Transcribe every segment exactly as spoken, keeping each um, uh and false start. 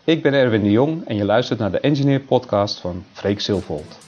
Ik ben Erwin de Jong en je luistert naar de Engineer Podcast van Freek Silvold.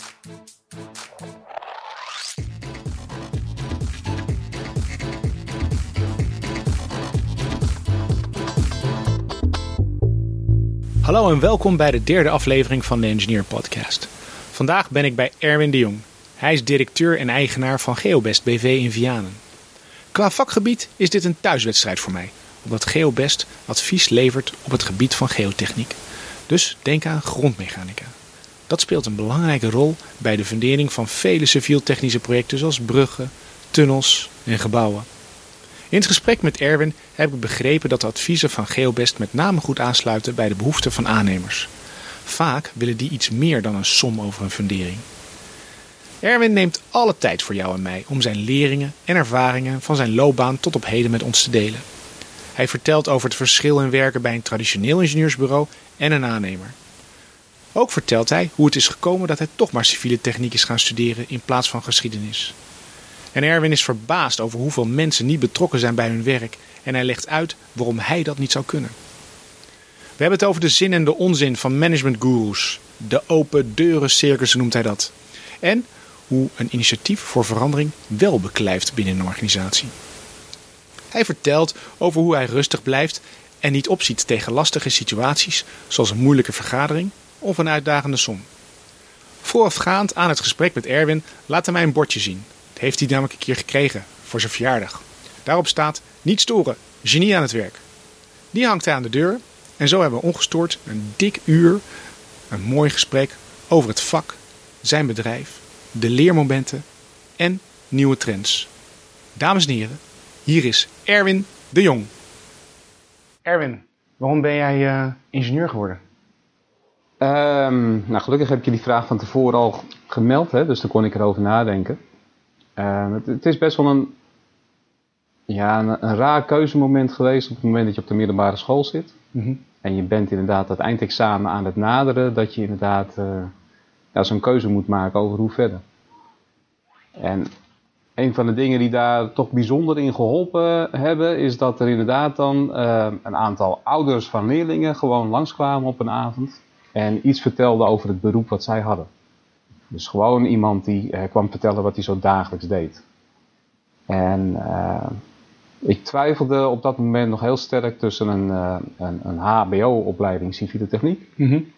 Hallo en welkom bij de derde aflevering van de Engineer Podcast. Vandaag ben ik bij Erwin de Jong. Hij is directeur en eigenaar van Geobest B V in Vianen. Qua vakgebied is dit een thuiswedstrijd voor mij, omdat Geobest advies levert op het gebied van geotechniek. Dus denk aan grondmechanica. Dat speelt een belangrijke rol bij de fundering van vele civiel-technische projecten zoals bruggen, tunnels en gebouwen. In het gesprek met Erwin heb ik begrepen dat de adviezen van Geobest met name goed aansluiten bij de behoeften van aannemers. Vaak willen die iets meer dan een som over een fundering. Erwin neemt alle tijd voor jou en mij om zijn leringen en ervaringen van zijn loopbaan tot op heden met ons te delen. Hij vertelt over het verschil in werken bij een traditioneel ingenieursbureau en een aannemer. Ook vertelt hij hoe het is gekomen dat hij toch maar civiele techniek is gaan studeren in plaats van geschiedenis. En Erwin is verbaasd over hoeveel mensen niet betrokken zijn bij hun werk en hij legt uit waarom hij dat niet zou kunnen. We hebben het over de zin en de onzin van managementgoeroes. De open deuren circus noemt hij dat. En hoe een initiatief voor verandering wel beklijft binnen een organisatie. Hij vertelt over hoe hij rustig blijft en niet opziet tegen lastige situaties zoals een moeilijke vergadering of een uitdagende som. Voorafgaand aan het gesprek met Erwin laat hij mij een bordje zien. Dat heeft hij namelijk een keer gekregen voor zijn verjaardag. Daarop staat: niet storen, genie aan het werk. Die hangt hij aan de deur en zo hebben we ongestoord een dik uur een mooi gesprek over het vak, zijn bedrijf, de leermomenten en nieuwe trends. Dames en heren, hier is Erwin de Jong. Erwin, waarom ben jij uh, ingenieur geworden? Um, nou, gelukkig heb je die vraag van tevoren al gemeld, hè, dus dan kon ik erover nadenken. Uh, het, het is best wel een, ja, een, een raar keuzemoment geweest op het moment dat je op de middelbare school zit. Mm-hmm. En je bent inderdaad dat eindexamen aan het naderen, dat je inderdaad uh, ja, zo'n keuze moet maken over hoe verder. En een van de dingen die daar toch bijzonder in geholpen hebben, is dat er inderdaad dan uh, een aantal ouders van leerlingen gewoon langskwamen op een avond en iets vertelden over het beroep wat zij hadden. Dus gewoon iemand die uh, kwam vertellen wat hij zo dagelijks deed. En uh, ik twijfelde op dat moment nog heel sterk tussen een, uh, een, een H B O-opleiding civiele techniek mm-hmm.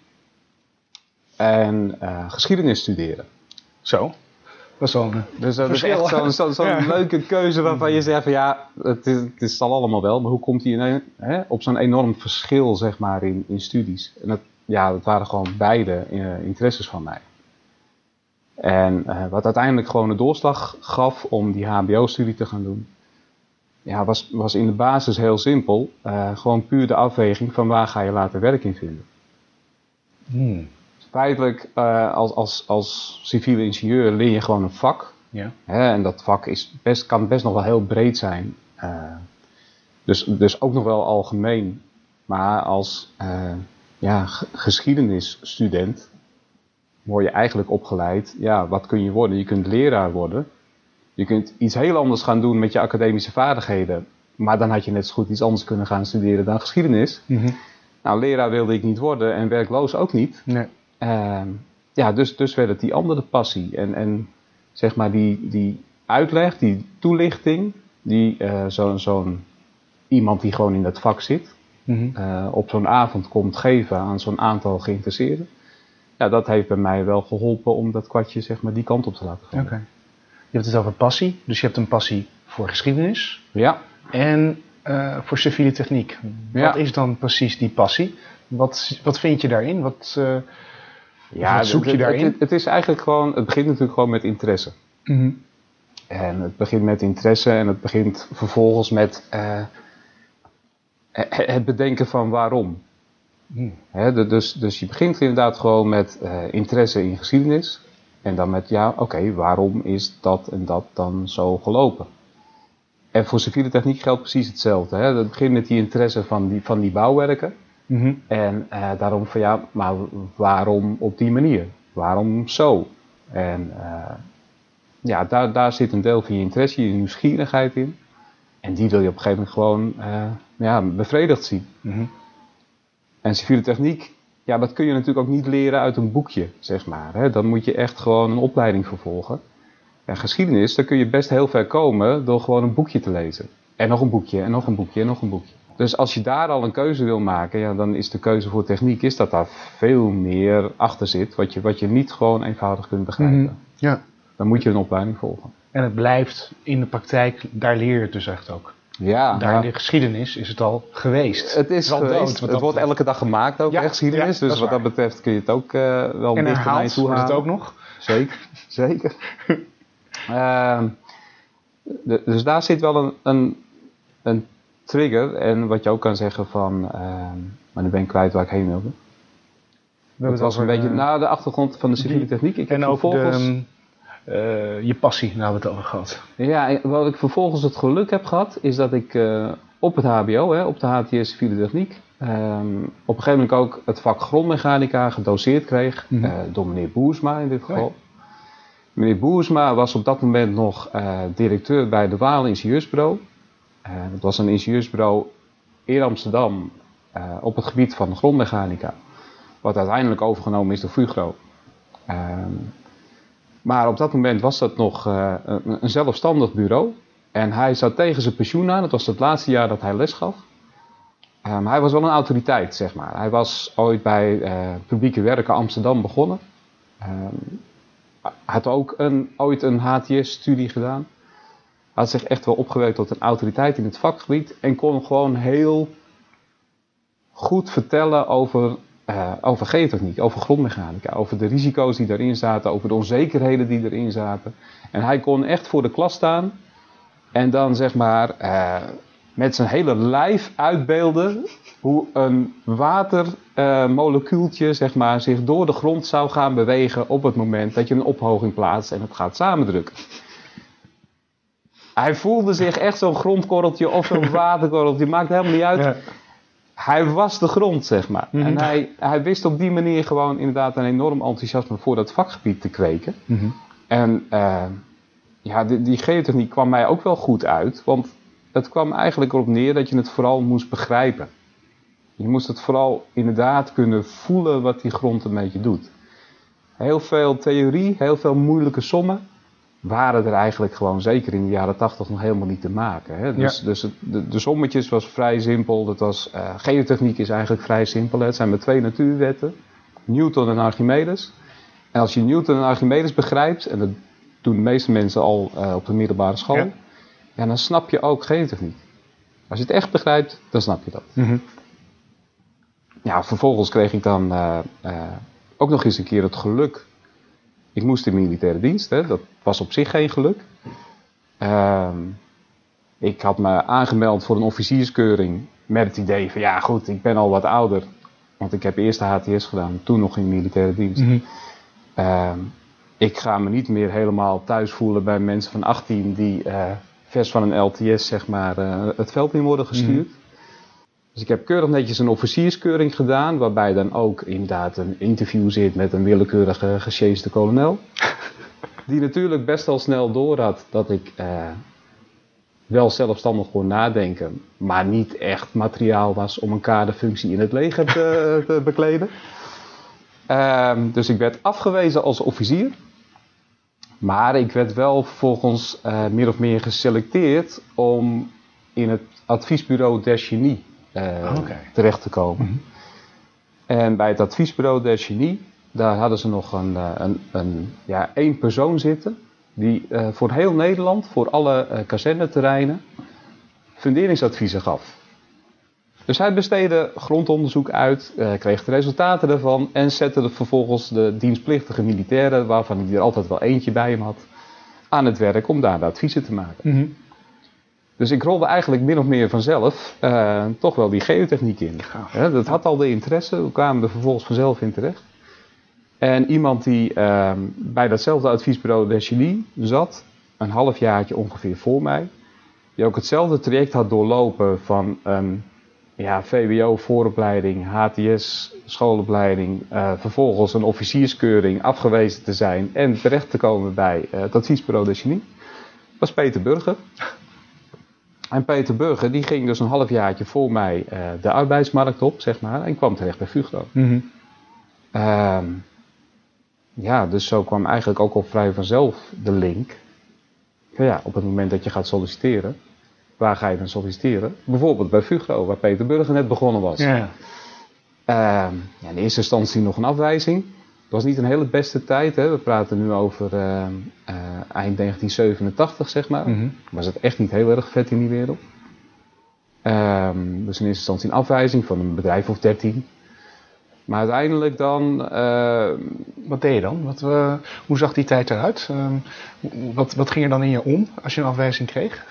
en uh, geschiedenis studeren. Zo. Dat is wel een dus dat is echt zo'n zo, zo ja. leuke keuze waarvan je zegt van ja, het is, het is al allemaal wel, maar hoe komt hij in, hè, op zo'n enorm verschil zeg maar in, in studies? En dat, ja, dat waren gewoon beide uh, interesses van mij. En uh, wat uiteindelijk gewoon de doorslag gaf om die H B O-studie te gaan doen, ja, was, was in de basis heel simpel. Uh, gewoon puur de afweging van waar ga je later werk in vinden. Hmm. Feitelijk, uh, als, als, als civiele ingenieur leer je gewoon een vak. Ja. Hè, en dat vak is best, kan best nog wel heel breed zijn. Uh, dus, dus ook nog wel algemeen. Maar als uh, ja, g- geschiedenisstudent word je eigenlijk opgeleid. Ja, wat kun je worden? Je kunt leraar worden. Je kunt iets heel anders gaan doen met je academische vaardigheden. Maar dan had je net zo goed iets anders kunnen gaan studeren dan geschiedenis. Mm-hmm. Nou, leraar wilde ik niet worden en werkloos ook niet. Nee. Uh, ja, dus, dus werd het die andere passie. En, en zeg maar die, die uitleg, die toelichting, die uh, zo, zo'n iemand die gewoon in dat vak zit, mm-hmm. uh, op zo'n avond komt geven aan zo'n aantal geïnteresseerden. Ja, dat heeft bij mij wel geholpen om dat kwartje zeg maar die kant op te laten gaan. Okay. Je hebt het over passie, dus je hebt een passie voor geschiedenis. Ja. En uh, voor civiele techniek. Wat ja. is dan precies die passie? Wat, wat vind je daarin? Wat... Uh, Ja, wat zoek je het, daarin? Het, het is eigenlijk gewoon, het begint natuurlijk gewoon met interesse. Mm-hmm. En het begint met interesse en het begint vervolgens met uh, het bedenken van waarom. Mm. He, dus, dus je begint inderdaad gewoon met uh, interesse in geschiedenis. En dan met, ja, oké, okay, waarom is dat en dat dan zo gelopen? En voor civiele techniek geldt precies hetzelfde. Hè? Het begint met die interesse van die, van die bouwwerken. Mm-hmm. En uh, daarom van ja, maar waarom op die manier? Waarom zo? En uh, ja, daar, daar zit een deel van je interesse, je nieuwsgierigheid in. En die wil je op een gegeven moment gewoon uh, ja, bevredigd zien. Mm-hmm. En civiele techniek, ja, dat kun je natuurlijk ook niet leren uit een boekje, zeg maar. Hè. Dan moet je echt gewoon een opleiding vervolgen. En geschiedenis, daar kun je best heel ver komen door gewoon een boekje te lezen. En nog een boekje, en nog een boekje, en nog een boekje. Dus als je daar al een keuze wil maken, ja, dan is de keuze voor techniek, is dat daar veel meer achter zit, wat je, wat je niet gewoon eenvoudig kunt begrijpen. Mm-hmm. Ja. Dan moet je een opleiding volgen. En het blijft in de praktijk, daar leer je het dus echt ook. Ja, daar ja. in de geschiedenis is het al geweest. Het is het al geweest. Dood, het wordt elke dag gemaakt ook, ja, hè, geschiedenis. Ja, dus wat dat betreft kun je het ook uh, wel en dichter naar je toe halen. het ook nog? Zeker, zeker. uh, de, dus daar zit wel een, een, een trigger. En wat je ook kan zeggen van... Uh, maar nu ben ik kwijt waar ik heen wilde. Het was een beetje... Uh, nou, de achtergrond van de civiele techniek. Ik en heb over vervolgens, de... Uh, je passie, daar hebben we het over gehad. Ja, wat ik vervolgens het geluk heb gehad, is dat ik uh, op het H B O, hè, op de H T S civiele techniek, um, op een gegeven moment ook het vak grondmechanica gedoseerd kreeg, mm-hmm. uh, door meneer Boersma in dit geval. Oh. Meneer Boersma was op dat moment nog uh, directeur bij de Waal Ingenieursbureau. Uh, dat was een ingenieursbureau in Amsterdam uh, op het gebied van grondmechanica, wat uiteindelijk overgenomen is door Fugro. Um, Maar op dat moment was dat nog uh, een, een zelfstandig bureau. En hij zat tegen zijn pensioen aan. Dat was het laatste jaar dat hij les gaf. Um, hij was wel een autoriteit, zeg maar. Hij was ooit bij uh, Publieke Werken Amsterdam begonnen. Um, hij had ook een, ooit een H T S-studie gedaan. Hij had zich echt wel opgewerkt tot een autoriteit in het vakgebied. En kon gewoon heel goed vertellen over... Uh, over geotechniek, over grondmechanica, over de risico's die daarin zaten, over de onzekerheden die erin zaten. En hij kon echt voor de klas staan en dan zeg maar uh, met zijn hele lijf uitbeelden hoe een watermolecuultje uh, zeg maar, zich door de grond zou gaan bewegen op het moment dat je een ophoging plaatst en het gaat samendrukken. Hij voelde zich echt zo'n grondkorreltje of zo'n waterkorreltje, maakt helemaal niet uit. Ja. Hij was de grond, zeg maar. Mm-hmm. En hij, hij wist op die manier gewoon inderdaad een enorm enthousiasme voor dat vakgebied te kweken. Mm-hmm. En uh, ja, die, die geotechniek kwam mij ook wel goed uit. Want het kwam eigenlijk erop neer dat je het vooral moest begrijpen. Je moest het vooral inderdaad kunnen voelen wat die grond een beetje doet. Heel veel theorie, heel veel moeilijke sommen waren er eigenlijk gewoon zeker in de jaren tachtig nog helemaal niet te maken. Hè? Dus, ja. dus het, de, de sommetjes was vrij simpel. Dat was, uh, geotechniek is eigenlijk vrij simpel. Hè? Het zijn maar twee natuurwetten. Newton en Archimedes. En als je Newton en Archimedes begrijpt, en dat doen de meeste mensen al uh, op de middelbare school, ja. Ja, dan snap je ook geotechniek. Als je het echt begrijpt, dan snap je dat. Mm-hmm. Ja, vervolgens kreeg ik dan uh, uh, ook nog eens een keer het geluk. Ik moest in militaire dienst, hè. Dat was op zich geen geluk. Uh, ik had me aangemeld voor een officierskeuring met het idee van ja goed, ik ben al wat ouder. Want ik heb eerst de H T S gedaan, toen nog in militaire dienst. Mm-hmm. Uh, ik ga me niet meer helemaal thuis voelen bij mensen van achttien die uh, vers van een L T S zeg maar uh, het veld in worden gestuurd. Mm-hmm. Dus ik heb keurig netjes een officierskeuring gedaan, waarbij dan ook inderdaad een interview zit met een willekeurige gesjeesde kolonel. Die natuurlijk best wel snel door had dat ik uh, wel zelfstandig kon nadenken, maar niet echt materiaal was om een kaderfunctie in het leger te, te bekleden. Uh, dus ik werd afgewezen als officier. Maar ik werd wel vervolgens uh, meer of meer geselecteerd om in het adviesbureau der chemie uh, oh, okay. terecht te komen. Mm-hmm. En bij het adviesbureau der chemie, daar hadden ze nog een, een, een, ja, één persoon zitten die uh, voor heel Nederland, voor alle uh, kazerneterreinen, funderingsadviezen gaf. Dus hij besteedde grondonderzoek uit, uh, kreeg de resultaten ervan en zette vervolgens de dienstplichtige militairen, waarvan hij er altijd wel eentje bij hem had, aan het werk om daar de adviezen te maken. Mm-hmm. Dus ik rolde eigenlijk min of meer vanzelf uh, toch wel die geotechniek in. Ja, dat had al de interesse, we kwamen er vervolgens vanzelf in terecht. En iemand die uh, bij datzelfde adviesbureau de chemie zat, een halfjaartje ongeveer voor mij, die ook hetzelfde traject had doorlopen van een ja, V W O-vooropleiding, H T S, schoolopleiding, uh, vervolgens een officierskeuring, afgewezen te zijn en terecht te komen bij uh, het adviesbureau de chemie, was Peter Burger. En Peter Burger, die ging dus een halfjaartje voor mij uh, de arbeidsmarkt op, zeg maar. En kwam terecht bij Fugro. Mm-hmm. Uh, ja, dus zo kwam eigenlijk ook al vrij vanzelf de link. Ja, op het moment dat je gaat solliciteren, waar ga je dan solliciteren? Bijvoorbeeld bij Fugro, waar Peter Burger net begonnen was. Ja. Uh, ja, in eerste instantie nog een afwijzing. Het was niet een hele beste tijd. Hè. We praten nu over uh, uh, eind negentien zevenentachtig, zeg maar. Mm-hmm. Was het echt niet heel erg vet in die wereld. Uh, dus in eerste instantie een afwijzing van een bedrijf of dertien. Maar uiteindelijk dan... Uh, wat deed je dan? Wat, uh, hoe zag die tijd eruit? Uh, wat, wat ging er dan in je om als je een afwijzing kreeg?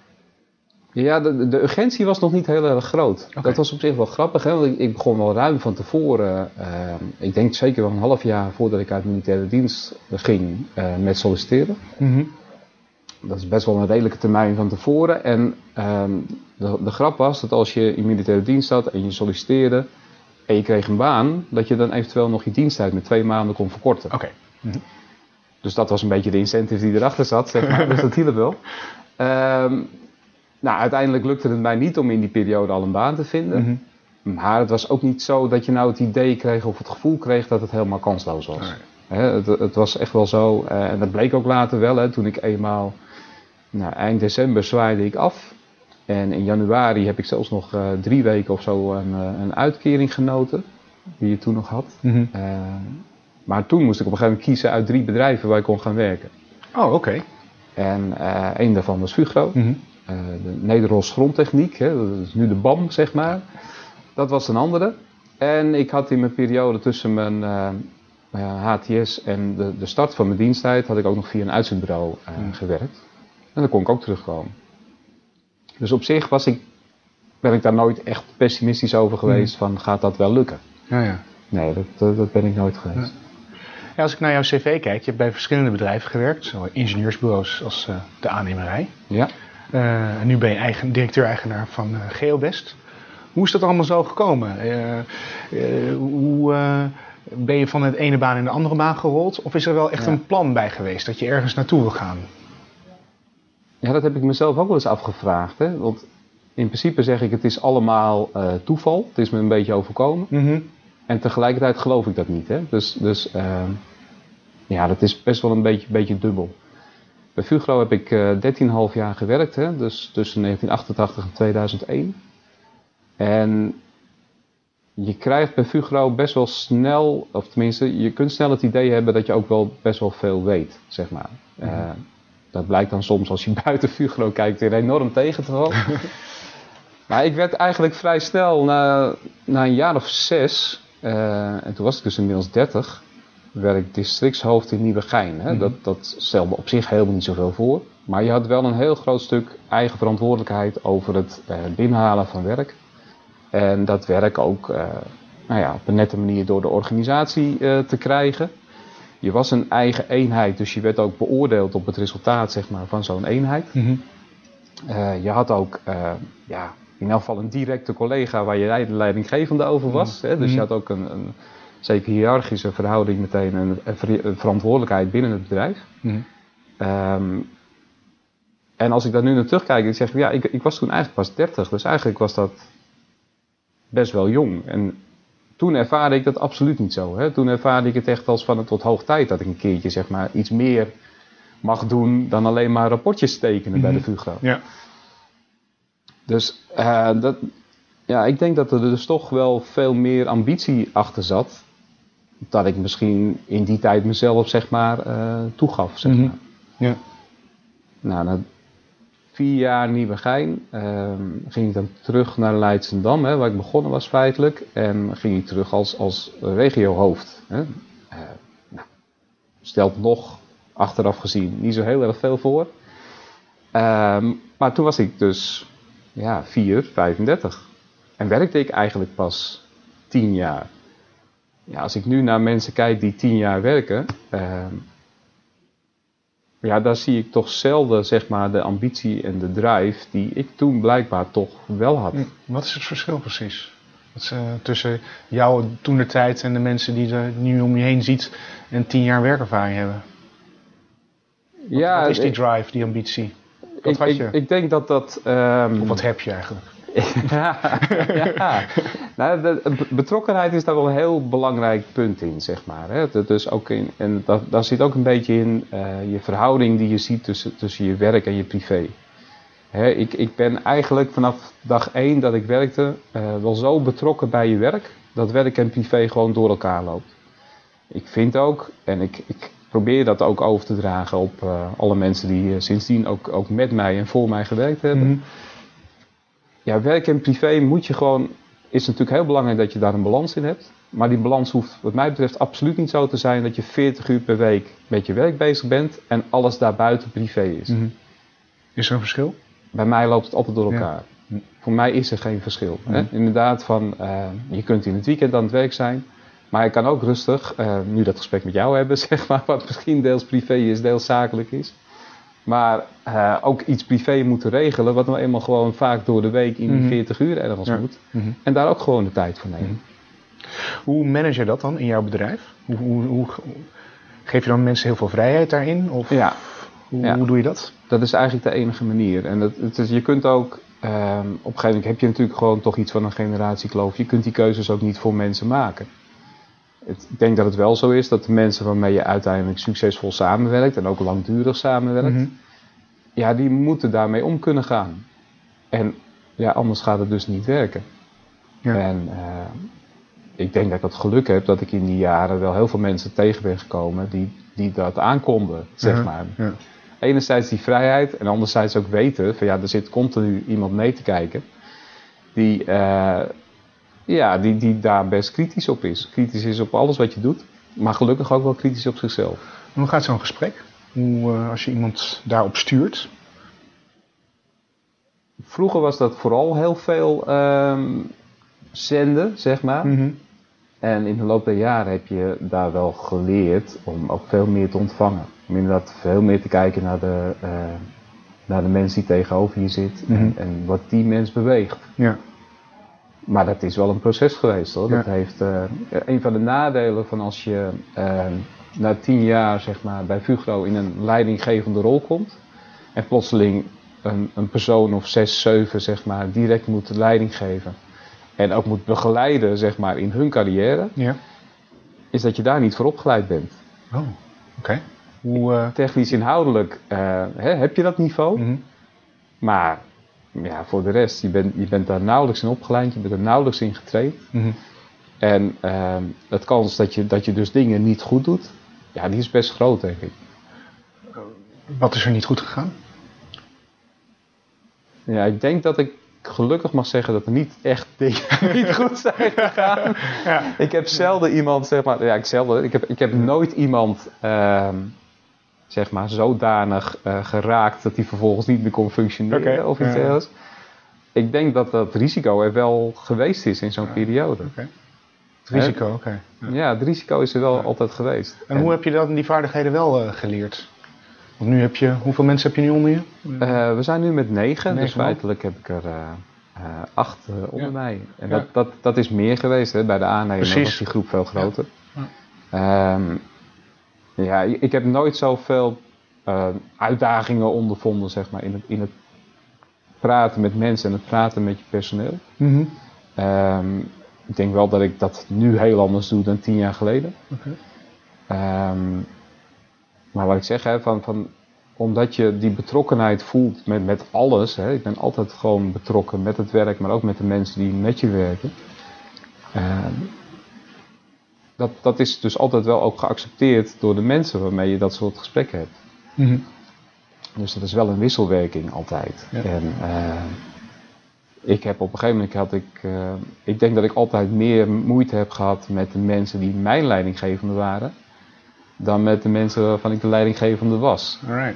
Ja, de, de urgentie was nog niet heel erg groot. Okay. Dat was op zich wel grappig. Hè? Want ik, ik begon wel ruim van tevoren. Uh, ik denk zeker wel een half jaar voordat ik uit militaire dienst ging uh, met solliciteren. Mm-hmm. Dat is best wel een redelijke termijn van tevoren. En um, de, de grap was dat als je in militaire dienst zat en je solliciteerde en je kreeg een baan, dat je dan eventueel nog je diensttijd met twee maanden kon verkorten. Okay. Mm-hmm. Dus dat was een beetje de incentive die erachter zat, zeg maar. Dus dat hielp wel. Um, Nou, uiteindelijk lukte het mij niet om in die periode al een baan te vinden. Mm-hmm. Maar het was ook niet zo dat je nou het idee kreeg of het gevoel kreeg dat het helemaal kansloos was. Okay. He, het, het was echt wel zo. Uh, en dat bleek ook later wel. Hè, toen ik eenmaal, nou, eind december zwaaide ik af. En in januari heb ik zelfs nog uh, drie weken of zo een, uh, een uitkering genoten. Die je toen nog had. Mm-hmm. Uh, maar toen moest ik op een gegeven moment kiezen uit drie bedrijven waar ik kon gaan werken. Oh, oké. Okay. En uh, één daarvan was Fugro. Mm-hmm. Uh, de Nederlandse grondtechniek, hè, dat is nu de B A M, zeg maar. Dat was een andere. En ik had in mijn periode tussen mijn uh, uh, H T S en de, de start van mijn diensttijd, had ik ook nog via een uitzendbureau uh, mm. gewerkt. En dan kon ik ook terugkomen. Dus op zich was ik, ben ik daar nooit echt pessimistisch over geweest mm. van gaat dat wel lukken. Ja, ja. Nee, dat, dat, dat ben ik nooit geweest. Ja. Ja, als ik naar jouw cv kijk, je hebt bij verschillende bedrijven gewerkt, zowel ingenieursbureaus als uh, de aannemerij. Ja. Uh, nu ben je eigen, directeur-eigenaar van uh, Geobest. Hoe is dat allemaal zo gekomen? Uh, uh, hoe uh, ben je van het ene baan in de andere baan gerold? Of is er wel echt ja. een plan bij geweest dat je ergens naartoe wil gaan? Ja, dat heb ik mezelf ook wel eens afgevraagd. Hè? Want in principe zeg ik, het is allemaal uh, toeval. Het is me een beetje overkomen. Mm-hmm. En tegelijkertijd geloof ik dat niet. Hè? Dus, dus uh, ja, dat is best wel een beetje, beetje dubbel. Bij Fugro heb ik uh, dertien komma vijf jaar gewerkt, hè? Dus tussen negentien achtentachtig en tweeduizend één. En je krijgt bij Fugro best wel snel, of tenminste, je kunt snel het idee hebben dat je ook wel best wel veel weet, zeg maar. Mm-hmm. Uh, dat blijkt dan soms als je buiten Fugro kijkt weer enorm tegen te vallen. Maar ik werd eigenlijk vrij snel, na, na een jaar of zes, uh, en toen was ik dus inmiddels dertig... werd ik districtshoofd in Nieuwegein. Hè? Mm-hmm. Dat, dat stelde op zich helemaal niet zoveel voor. Maar je had wel een heel groot stuk eigen verantwoordelijkheid over het uh, binnenhalen van werk. En dat werk ook uh, nou ja, op een nette manier door de organisatie uh, te krijgen. Je was een eigen eenheid, dus je werd ook beoordeeld op het resultaat, zeg maar, van zo'n eenheid. Mm-hmm. Uh, je had ook uh, ja, in elk geval een directe collega waar je de leidinggevende over was. Mm-hmm. Hè? Dus je had ook een... een zeker hiërarchische verhouding meteen een, een verantwoordelijkheid binnen het bedrijf. Mm-hmm. Um, en als ik daar nu naar terugkijk, dan zeg ik, ja, ik, ik was toen eigenlijk pas dertig. Dus eigenlijk was dat best wel jong. En toen ervaarde ik dat absoluut niet zo. Hè. Toen ervaarde ik het echt als van het tot hoog tijd dat ik een keertje zeg maar iets meer mag doen dan alleen maar rapportjes tekenen mm-hmm. bij de Fugro. Ja. Dus uh, dat, ja, ik denk dat er dus toch wel veel meer ambitie achter zat. Dat ik misschien in die tijd mezelf zeg maar uh, toegaf. Zeg maar. Mm-hmm. Ja. Nou, na vier jaar Nieuwegein uh, ging ik dan terug naar Leidschendam, hè, waar ik begonnen was feitelijk. En ging ik terug als, als regiohoofd. Hè. Uh, nou, stelt nog achteraf gezien niet zo heel erg veel voor. Uh, maar toen was ik dus ja, vier, vijfendertig. En werkte ik eigenlijk pas tien jaar. Ja, als ik nu naar mensen kijk die tien jaar werken, uh, ja, daar zie ik toch zelden zeg maar de ambitie en de drive die ik toen blijkbaar toch wel had. Wat is het verschil precies? Wat is, uh, tussen jou toentertijd en de mensen die je nu om je heen ziet en tien jaar werkervaring hebben? Wat, ja, wat is die drive, die ambitie? Wat ik, had je? Ik, ik denk dat dat... Um... Of wat heb je eigenlijk? ja, ja. Nou, de betrokkenheid is daar wel een heel belangrijk punt in, zeg maar. Hè. Dus ook in, en dat, daar zit ook een beetje in uh, je verhouding die je ziet tussen, tussen je werk en je privé. Hè, ik, ik ben eigenlijk vanaf dag één dat ik werkte uh, wel zo betrokken bij je werk, dat werk en privé gewoon door elkaar loopt. Ik vind ook, en ik, ik probeer dat ook over te dragen op uh, alle mensen die uh, sindsdien ook, ook met mij en voor mij gewerkt hebben. Mm-hmm. Ja, werk en privé moet je gewoon, is natuurlijk heel belangrijk dat je daar een balans in hebt. Maar die balans hoeft wat mij betreft absoluut niet zo te zijn dat je veertig uur per week met je werk bezig bent en alles daarbuiten privé is. Mm-hmm. Is er een verschil? Bij mij loopt het altijd door elkaar. Ja. Voor mij is er geen verschil. Mm-hmm. Hè? Inderdaad, van, uh, je kunt in het weekend aan het werk zijn. Maar je kan ook rustig, uh, nu dat gesprek met jou hebben, zeg maar, wat misschien deels privé is, deels zakelijk is. Maar uh, ook iets privé moeten regelen, wat nou eenmaal gewoon vaak door de week in die mm-hmm. veertig uur ergens ja. moet. Mm-hmm. En daar ook gewoon de tijd voor nemen. Mm-hmm. Hoe manage je dat dan in jouw bedrijf? Hoe, hoe, hoe, geef je dan mensen heel veel vrijheid daarin? Of ja. Hoe, ja. hoe doe je dat? Dat is eigenlijk de enige manier. En dat, het is, je kunt ook, um, op een gegeven moment heb je natuurlijk gewoon toch iets van een generatiekloof. Je kunt die keuzes ook niet voor mensen maken. Het, ik denk dat het wel zo is dat de mensen waarmee je uiteindelijk succesvol samenwerkt en ook langdurig samenwerkt, mm-hmm. ja, die moeten daarmee om kunnen gaan. En ja, anders gaat het dus niet werken. Ja. En uh, ik denk dat ik het geluk heb dat ik in die jaren wel heel veel mensen tegen ben gekomen die, die dat aankonden, zeg uh-huh. maar. Ja. Enerzijds die vrijheid en anderzijds ook weten van ja, er zit continu iemand mee te kijken die... Uh, Ja, die, die daar best kritisch op is. Kritisch is op alles wat je doet, maar gelukkig ook wel kritisch op zichzelf. En hoe gaat zo'n gesprek? Hoe, uh, als je iemand daarop stuurt? Vroeger was dat vooral heel veel um, zenden, zeg maar. Mm-hmm. En in de loop der jaren heb je daar wel geleerd om ook veel meer te ontvangen. Om inderdaad veel meer te kijken naar de, uh, naar de mens die tegenover je zit mm-hmm. en, en wat die mens beweegt. Ja. Maar dat is wel een proces geweest hoor. Ja. Dat heeft, uh, een van de nadelen van als je uh, na tien jaar zeg maar, bij Fugro in een leidinggevende rol komt. En plotseling een, een persoon of zes, zeven zeg maar, direct moet leiding geven. En ook moet begeleiden zeg maar, in hun carrière. Ja. Is dat je daar niet voor opgeleid bent. Oh, oké. Okay. Hoe uh... Technisch inhoudelijk uh, hè, heb je dat niveau. Mm-hmm. Maar... Ja, voor de rest, je bent, je bent daar nauwelijks in opgeleid, je bent er nauwelijks in getraind. Mm-hmm. En uh, het kans dat je, dat je dus dingen niet goed doet, ja, die is best groot, denk ik. Wat is er niet goed gegaan? Ja, ik denk dat ik gelukkig mag zeggen dat er niet echt dingen niet goed zijn gegaan. Ja. Ik heb zelden iemand, zeg maar, ja, ik zelden, ik heb, ik heb nooit iemand... Uh, zeg maar, zodanig uh, geraakt dat hij vervolgens niet meer kon functioneren okay. of iets dergelijks. Ja. Ik denk dat dat risico er wel geweest is in zo'n ja. periode. Okay. Het risico, oké. Okay. Ja. ja, het risico is er wel ja. altijd geweest. En, en hoe heb je dat, die vaardigheden wel uh, geleerd? Want nu heb je, hoeveel mensen heb je nu onder je? Uh, we zijn nu met negen, negen dus feitelijk heb ik er uh, uh, acht uh, onder ja. mij. En ja. dat, dat, dat is meer geweest, hè. Bij de aannemer was die groep veel groter. Ja. Ja. Um, Ja, ik heb nooit zoveel uh, uitdagingen ondervonden, zeg maar, in het, in het praten met mensen en het praten met je personeel. Mm-hmm. Um, ik denk wel dat ik dat nu heel anders doe dan tien jaar geleden. Okay. Um, maar wat ik zeg, hè, van, van, omdat je die betrokkenheid voelt met, met alles, hè, ik ben altijd gewoon betrokken met het werk, maar ook met de mensen die met je werken. Um, Dat, dat is dus altijd wel ook geaccepteerd door de mensen waarmee je dat soort gesprekken hebt. Mm-hmm. Dus dat is wel een wisselwerking altijd. Ja. En uh, ik heb op een gegeven moment had ik, uh, ik denk dat ik altijd meer moeite heb gehad met de mensen die mijn leidinggevende waren, dan met de mensen waarvan ik de leidinggevende was. Alright.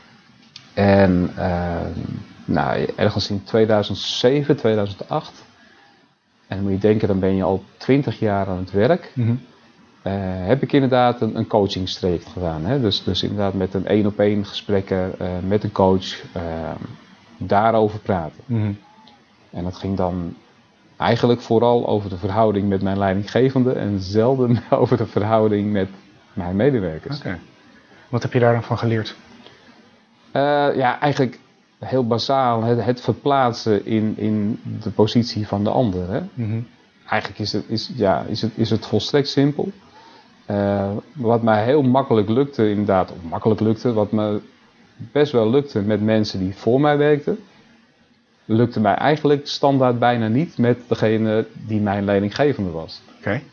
En uh, nou, ergens in tweeduizend zeven, tweeduizend acht, en dan moet je denken, dan ben je al twintig jaar aan het werk. Mm-hmm. Uh, heb ik inderdaad een, een coachingstraject gedaan. Hè? Dus, dus inderdaad met een één op één gesprekken uh, met een coach uh, daarover praten. Mm-hmm. En dat ging dan eigenlijk vooral over de verhouding met mijn leidinggevende en zelden over de verhouding met mijn medewerkers. Okay. Wat heb je daar dan van geleerd? Uh, ja, eigenlijk heel basaal het, het verplaatsen in, in de positie van de ander. Hè? Mm-hmm. Eigenlijk is het, is, ja, is, het, is het volstrekt simpel. Uh, wat mij heel makkelijk lukte, inderdaad, of makkelijk lukte, wat me best wel lukte met mensen die voor mij werkten, lukte mij eigenlijk standaard bijna niet met degene die mijn leidinggevende was. Oké. Okay.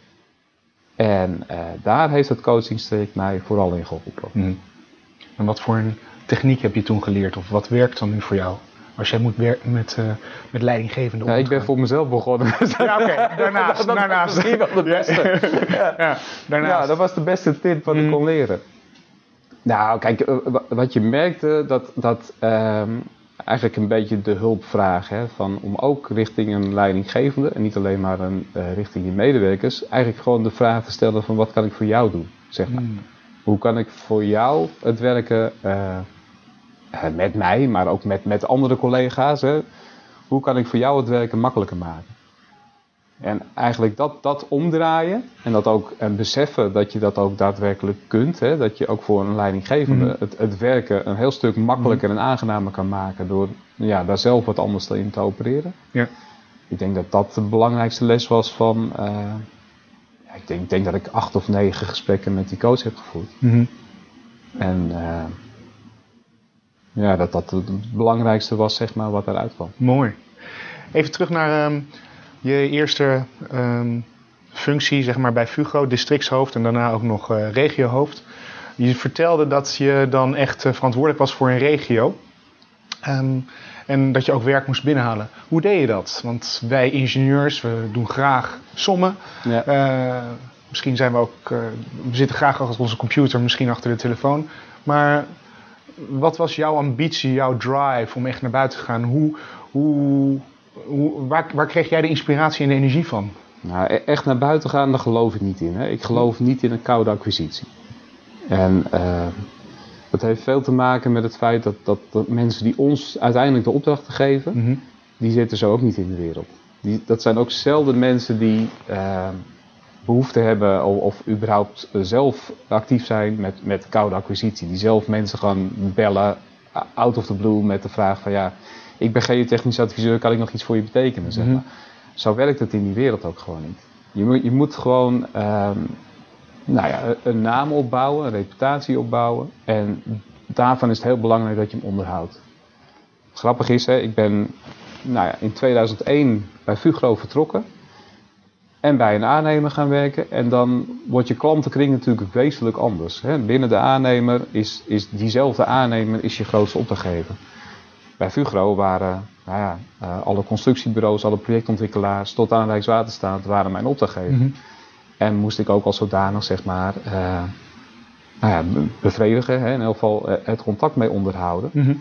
En uh, daar heeft het coachingstraject mij vooral in geholpen. Mm. En wat voor een techniek heb je toen geleerd? Of wat werkt dan nu voor jou? Als jij moet werken met, uh, met leidinggevende ja, ik ben voor mezelf begonnen. Ja, oké. Okay. Daarnaast. dat, dat daarnaast. was misschien wel de beste. ja. Ja, daarnaast. Ja, dat was de beste tip wat mm. ik kon leren. Nou, kijk, uh, wat je merkte, dat, dat uh, eigenlijk een beetje de hulpvraag, hè, van om ook richting een leidinggevende, en niet alleen maar een, uh, richting je medewerkers, eigenlijk gewoon de vraag te stellen van wat kan ik voor jou doen, zeg maar. Mm. Hoe kan ik voor jou het werken uh, met mij, maar ook met, met andere collega's, hè? Hoe kan ik voor jou het werken makkelijker maken? En eigenlijk dat, dat omdraaien en dat ook en beseffen dat je dat ook daadwerkelijk kunt. Hè? Dat je ook voor een leidinggevende mm. het, het werken een heel stuk makkelijker mm. en aangenamer kan maken door ja, daar zelf wat anders in te opereren. Ja. Ik denk dat dat de belangrijkste les was van... Uh, ja, ik, denk, ik denk dat ik acht of negen gesprekken met die coach heb gevoerd. Mm-hmm. En uh, ja, dat dat het belangrijkste was, zeg maar, wat eruit kwam. Mooi. Even terug naar... Um... Je eerste um, functie, zeg maar, bij Fugro, districtshoofd en daarna ook nog uh, regiohoofd. Je vertelde dat je dan echt uh, verantwoordelijk was voor een regio. Um, en dat je ook werk moest binnenhalen. Hoe deed je dat? Want wij ingenieurs, we doen graag sommen. Ja. Uh, misschien zijn we ook, uh, we zitten graag achter onze computer, misschien achter de telefoon. Maar wat was jouw ambitie, jouw drive om echt naar buiten te gaan? Hoe... hoe Hoe, waar, waar kreeg jij de inspiratie en de energie van? Nou, echt naar buiten gaan, daar geloof ik niet in. Hè. Ik geloof niet in een koude acquisitie. En uh, dat heeft veel te maken met het feit dat, dat, dat mensen die ons uiteindelijk de opdrachten geven, mm-hmm. die zitten zo ook niet in de wereld. Die, dat zijn ook zelden mensen die uh, behoefte hebben of, of überhaupt uh, zelf actief zijn met, met koude acquisitie. Die zelf mensen gaan bellen, out of the blue, met de vraag van ja... Ik ben geotechnisch adviseur, kan ik nog iets voor je betekenen? Zeg maar. Mm-hmm. Zo werkt het in die wereld ook gewoon niet. Je moet, je moet gewoon um, nou ja, een naam opbouwen, een reputatie opbouwen. En daarvan is het heel belangrijk dat je hem onderhoudt. Grappig is, hè, ik ben nou ja, in tweeduizend één bij Fugro vertrokken. En bij een aannemer gaan werken. En dan wordt je klantenkring natuurlijk wezenlijk anders. Hè. Binnen de aannemer is, is diezelfde aannemer is je grootste opdrachtgever. Bij Fugro waren nou ja, uh, alle constructiebureaus, alle projectontwikkelaars tot aan Rijkswaterstaat waren mijn opdrachtgever. Mm-hmm. En moest ik ook als zodanig zeg maar, uh, nou ja, bevredigen, hè, in elk geval uh, het contact mee onderhouden. Mm-hmm.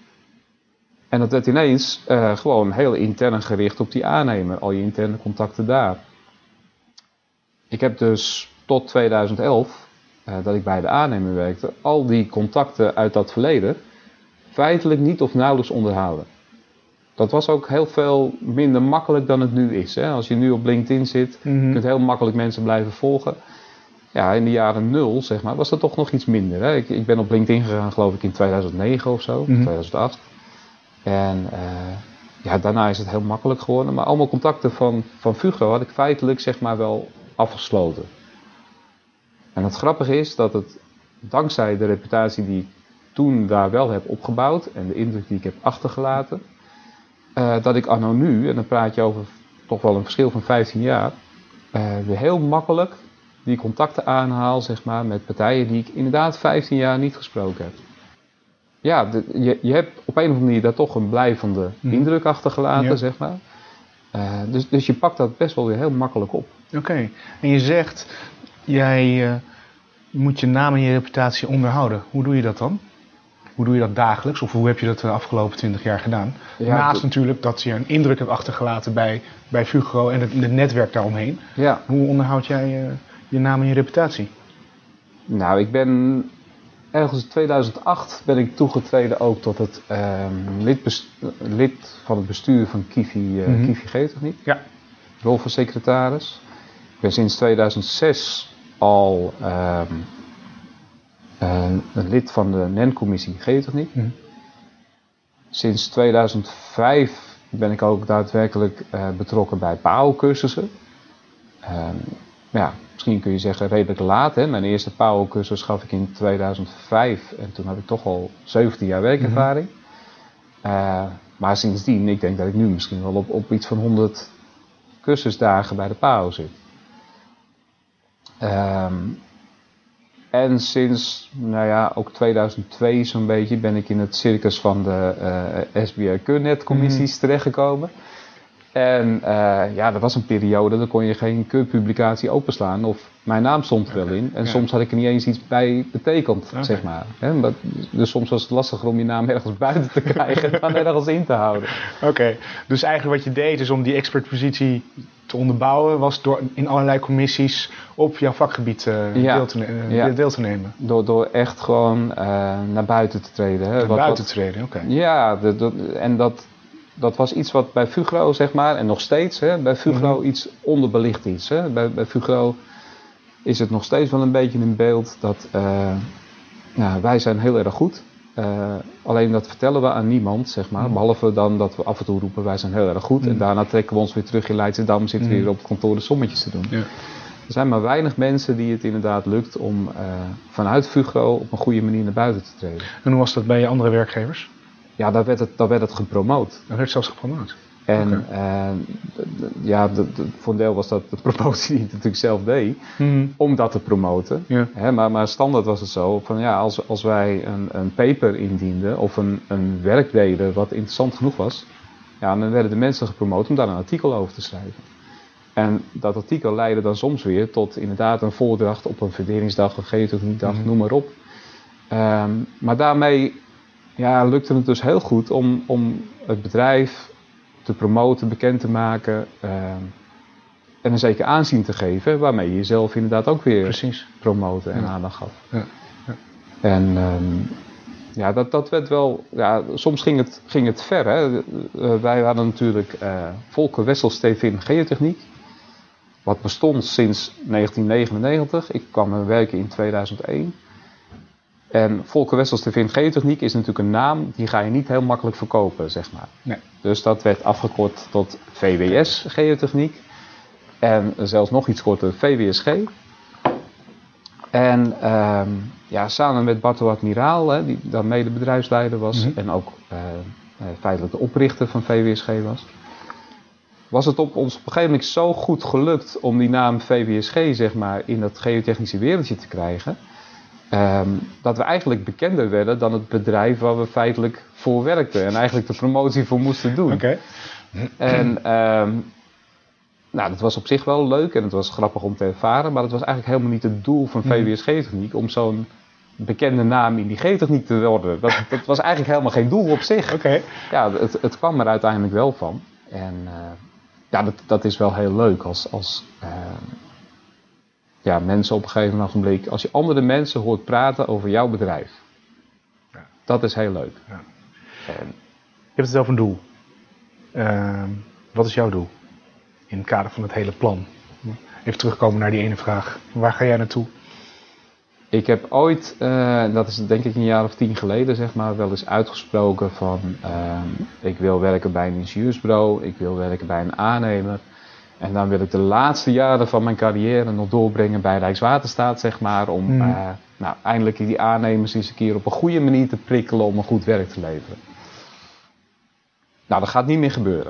En dat werd ineens uh, gewoon heel intern gericht op die aannemer, al je interne contacten daar. Ik heb dus tot tweeduizend elf, uh, dat ik bij de aannemer werkte, al die contacten uit dat verleden feitelijk niet of nauwelijks onderhouden. Dat was ook heel veel minder makkelijk dan het nu is. Hè? Als je nu op LinkedIn zit, mm-hmm. kunt heel makkelijk mensen blijven volgen. Ja, in de jaren nul, zeg maar, was dat toch nog iets minder. Hè? Ik, ik ben op LinkedIn gegaan, geloof ik, in tweeduizend negen of zo, mm-hmm. tweeduizend acht. En uh, ja, daarna is het heel makkelijk geworden. Maar allemaal contacten van, van Fugro had ik feitelijk, zeg maar, wel afgesloten. En het grappige is dat het, dankzij de reputatie die ik toen daar wel heb opgebouwd en de indruk die ik heb achtergelaten, uh, dat ik anno nu, en dan praat je over toch wel een verschil van vijftien jaar, uh, weer heel makkelijk die contacten aanhaal, zeg maar, met partijen die ik inderdaad vijftien jaar niet gesproken heb. Ja, de, je, je hebt op een of andere manier daar toch een blijvende mm. indruk achtergelaten, ja. zeg maar. Uh, dus, dus je pakt dat best wel weer heel makkelijk op. Oké, okay. En je zegt, jij uh, moet je naam en je reputatie onderhouden. Hoe doe je dat dan? Hoe doe je dat dagelijks? Of hoe heb je dat de afgelopen twintig jaar gedaan? Ja, Naast dat... natuurlijk dat je een indruk hebt achtergelaten bij, bij Fugro en het, het netwerk daaromheen. Ja. Hoe onderhoud jij uh, je naam en je reputatie? Nou, ik ben ergens in tweeduizend acht ben ik toegetreden ook tot het uh, lid, best- lid van het bestuur van Kivi, uh, mm-hmm. Kivi Geotechniek. Ja. Rol van secretaris. Ik ben sinds tweeduizend zes al uh, uh, een lid van de N E N-commissie Geotechniek. Mm-hmm. sinds tweeduizend vijf ben ik ook daadwerkelijk uh, betrokken bij P A O-cursussen. Uh, ja, misschien kun je zeggen redelijk laat. Hè? Mijn eerste P A O-cursus gaf ik in tweeduizend vijf en toen had ik toch al zeventien jaar werkervaring. Mm-hmm. Uh, maar sindsdien, ik denk dat ik nu misschien wel op, op iets van honderd cursusdagen bij de P A O zit. Um, en sinds, nou ja, ook tweeduizend twee zo'n beetje ben ik in het circus van de uh, S B R Keurnet-commissies mm. terechtgekomen. En uh, ja, dat was een periode, dan kon je geen keurpublicatie openslaan of mijn naam stond er wel in. En ja. soms had ik er niet eens iets bij betekend, okay. zeg maar. He, maar. Dus soms was het lastiger om je naam ergens buiten te krijgen dan ergens in te houden. Oké, okay. Dus eigenlijk wat je deed is om die expertpositie te onderbouwen, was door in allerlei commissies op jouw vakgebied uh, ja. deel, te ne- uh, ja. deel te nemen. Door, door echt gewoon uh, naar buiten te treden. Hè. Naar wat, buiten wat, te treden, oké. Okay. Ja, de, de, en dat... Dat was iets wat bij Fugro, zeg maar, en nog steeds, hè, bij Fugro mm-hmm. iets onderbelicht is. Hè. Bij, bij Fugro is het nog steeds wel een beetje in beeld dat uh, ja, wij zijn heel erg goed. Uh, alleen dat vertellen we aan niemand, zeg maar. Mm-hmm. Behalve dan dat we af en toe roepen, wij zijn heel erg goed. Mm-hmm. En daarna trekken we ons weer terug in Leidschendam, zitten we mm-hmm. weer op het kantoor de sommetjes te doen. Ja. Er zijn maar weinig mensen die het inderdaad lukt om uh, vanuit Fugro op een goede manier naar buiten te treden. En hoe was dat bij je andere werkgevers? Ja, daar werd het, daar werd het gepromoot. Dat werd zelfs gepromoot? En okay. uh, d- d- ja, d- d- voor een deel was dat de promotie die het natuurlijk zelf deed, mm-hmm. om dat te promoten. Ja. Hè, maar, maar standaard was het zo, van ja, als, als wij een, een paper indienden of een, een werk deden wat interessant genoeg was, ja, dan werden de mensen gepromoot om daar een artikel over te schrijven. En dat artikel leidde dan soms weer tot inderdaad een voordracht op een verdelingsdag, een geotechniekdag, mm-hmm. noem maar op. Um, maar daarmee... Ja, lukte het dus heel goed om, om het bedrijf te promoten, bekend te maken uh, en een zeker aanzien te geven, waarmee je jezelf inderdaad ook weer Precies. promoten en ja. aandacht gaf. Ja. Ja. En um, ja, dat, dat werd wel, ja, soms ging het, ging het ver. Hè. Uh, wij hadden natuurlijk uh, Volker Wessels Stevin Geotechniek, wat bestond sinds negentien negenennegentig. Ik kwam er werken in tweeduizend één. En Volker Wessels Stevin Geotechniek is natuurlijk een naam, die ga je niet heel makkelijk verkopen, zeg maar. Nee. Dus dat werd afgekort tot V W S Geotechniek. En zelfs nog iets korter, V W S G. En um, ja, samen met Barto Admiraal, hè, die dan mede bedrijfsleider was, mm-hmm. en ook uh, uh, feitelijk de oprichter van V W S G was, was het op ons op een gegeven moment zo goed gelukt om die naam V W S G, zeg maar, in dat geotechnische wereldje te krijgen. Um, dat we eigenlijk bekender werden dan het bedrijf waar we feitelijk voor werkten en eigenlijk de promotie voor moesten doen. Okay. En um, nou, dat was op zich wel leuk en het was grappig om te ervaren, maar dat was eigenlijk helemaal niet het doel van V W S G-techniek om zo'n bekende naam in die G-techniek te worden. Dat, dat was eigenlijk helemaal geen doel op zich. Okay. Ja, het, het kwam er uiteindelijk wel van. En uh, ja, dat, dat is wel heel leuk als... als uh, Ja, mensen op een gegeven ogenblik, als je andere mensen hoort praten over jouw bedrijf. Ja. Dat is heel leuk. Ja. En, je hebt het over een doel. Uh, wat is jouw doel? In het kader van het hele plan. Even terugkomen naar die ene vraag. Waar ga jij naartoe? Ik heb ooit, uh, dat is denk ik een jaar of tien geleden, zeg maar, wel eens uitgesproken van... Uh, ik wil werken bij een ingenieursbureau, ik wil werken bij een aannemer. En dan wil ik de laatste jaren van mijn carrière nog doorbrengen bij Rijkswaterstaat, zeg maar. Om mm. uh, nou, eindelijk die aannemers eens een keer op een goede manier te prikkelen om een goed werk te leveren. Nou, dat gaat niet meer gebeuren.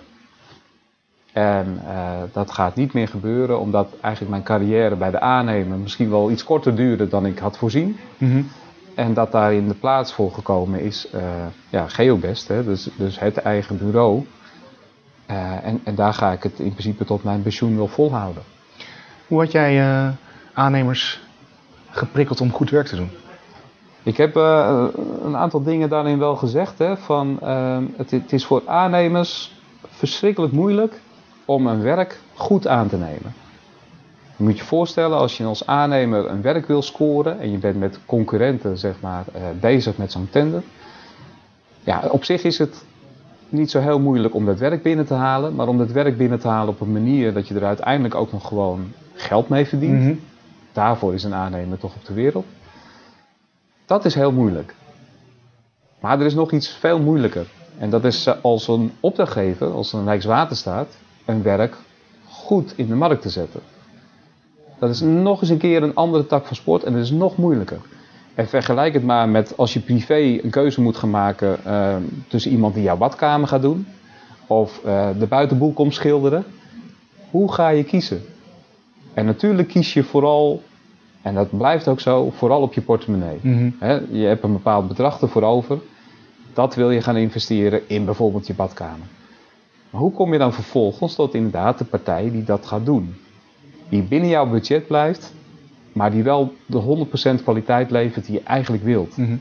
En uh, dat gaat niet meer gebeuren omdat eigenlijk mijn carrière bij de aannemer misschien wel iets korter duurde dan ik had voorzien. Mm-hmm. En dat daar in de plaats voor gekomen is uh, ja, Geobest, hè, dus, dus het eigen bureau. Uh, en, en daar ga ik het in principe tot mijn pensioen wel volhouden. Hoe had jij uh, aannemers geprikkeld om goed werk te doen? Ik heb uh, een aantal dingen daarin wel gezegd. Hè, van, uh, het, het is voor aannemers verschrikkelijk moeilijk om een werk goed aan te nemen. Je moet je voorstellen, als je als aannemer een werk wil scoren en je bent met concurrenten, zeg maar, uh, bezig met zo'n tender. Ja, op zich is het niet zo heel moeilijk om dat werk binnen te halen, maar om dat werk binnen te halen op een manier dat je er uiteindelijk ook nog gewoon geld mee verdient. Mm-hmm. Daarvoor is een aannemer toch op de wereld. Dat is heel moeilijk. Maar er is nog iets veel moeilijker. En dat is uh, als een opdrachtgever, als een Rijkswaterstaat, een werk goed in de markt te zetten. Dat is nog eens een keer een andere tak van sport en dat is nog moeilijker. En vergelijk het maar met als je privé een keuze moet gaan maken uh, tussen iemand die jouw badkamer gaat doen of uh, de buitenboel komt schilderen. Hoe ga je kiezen? En natuurlijk kies je vooral, en dat blijft ook zo, vooral op je portemonnee. Mm-hmm. He, je hebt een bepaald bedrag ervoor over. Dat wil je gaan investeren in bijvoorbeeld je badkamer. Maar hoe kom je dan vervolgens tot inderdaad de partij die dat gaat doen? Die binnen jouw budget blijft, maar die wel de honderd procent kwaliteit levert die je eigenlijk wilt. Mm-hmm.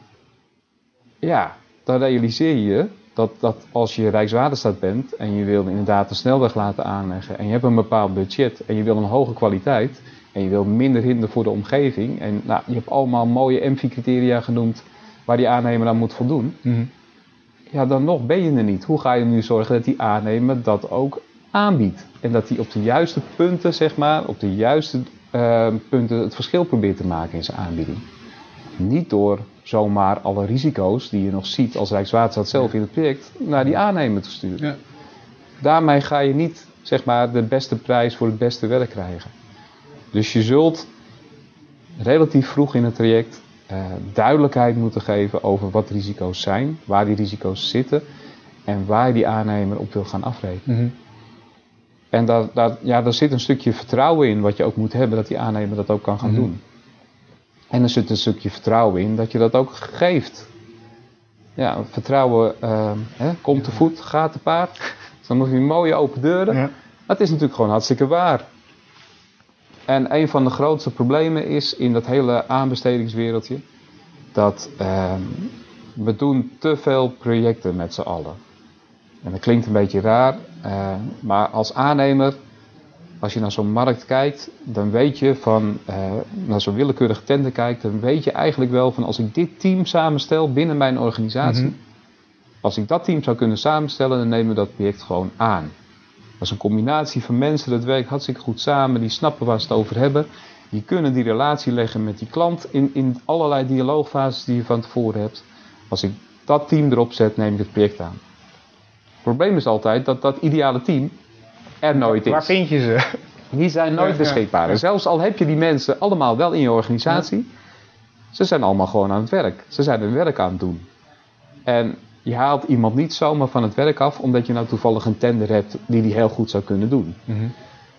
Ja, dan realiseer je dat, dat als je Rijkswaterstaat bent en je wil inderdaad een snelweg laten aanleggen en je hebt een bepaald budget en je wil een hoge kwaliteit en je wil minder hinder voor de omgeving en nou, je hebt allemaal mooie M V I-criteria genoemd waar die aannemer aan moet voldoen, Mm-hmm. ja, dan nog ben je er niet. Hoe ga je nu zorgen dat die aannemer dat ook aanbiedt? En dat hij op de juiste punten, zeg maar, op de juiste uh, punten het verschil probeert te maken in zijn aanbieding. Niet door zomaar alle risico's die je nog ziet als Rijkswaterstaat zelf in het project naar die aannemer te sturen. Ja. Daarmee ga je niet, zeg maar, de beste prijs voor het beste werk krijgen. Dus je zult relatief vroeg in het traject uh, duidelijkheid moeten geven over wat risico's zijn, waar die risico's zitten en waar je die aannemer op wil gaan afrekenen. Mm-hmm. En daar, daar, ja, daar zit een stukje vertrouwen in wat je ook moet hebben dat die aannemer dat ook kan gaan Mm-hmm. doen. En er zit een stukje vertrouwen in dat je dat ook geeft. Ja, vertrouwen uh, hè, komt te voet, gaat te paard. Dus dan moet je mooie open deuren. Ja. Dat is natuurlijk gewoon hartstikke waar. En een van de grootste problemen is in dat hele aanbestedingswereldje dat uh, we doen te veel projecten met z'n allen. En dat klinkt een beetje raar, uh, maar als aannemer, als je naar zo'n markt kijkt, dan weet je van, uh, naar zo'n willekeurige tender kijkt, dan weet je eigenlijk wel van als ik dit team samenstel binnen mijn organisatie, Mm-hmm. als ik dat team zou kunnen samenstellen, dan nemen we dat project gewoon aan. Dat is een combinatie van mensen, dat werkt hartstikke goed samen, die snappen waar ze het over hebben. Die kunnen die relatie leggen met die klant in, in allerlei dialoogfases die je van tevoren hebt. Als ik dat team erop zet, neem ik het project aan. Het probleem is altijd dat dat ideale team er nooit is. Waar vind je ze? Die zijn nooit Ja, beschikbaar. ja. En zelfs al heb je die mensen allemaal wel in je organisatie, ja. Ze zijn allemaal gewoon aan het werk. Ze zijn hun werk aan het doen. En je haalt iemand niet zomaar van het werk af, omdat je nou toevallig een tender hebt die die heel goed zou kunnen doen. Mm-hmm.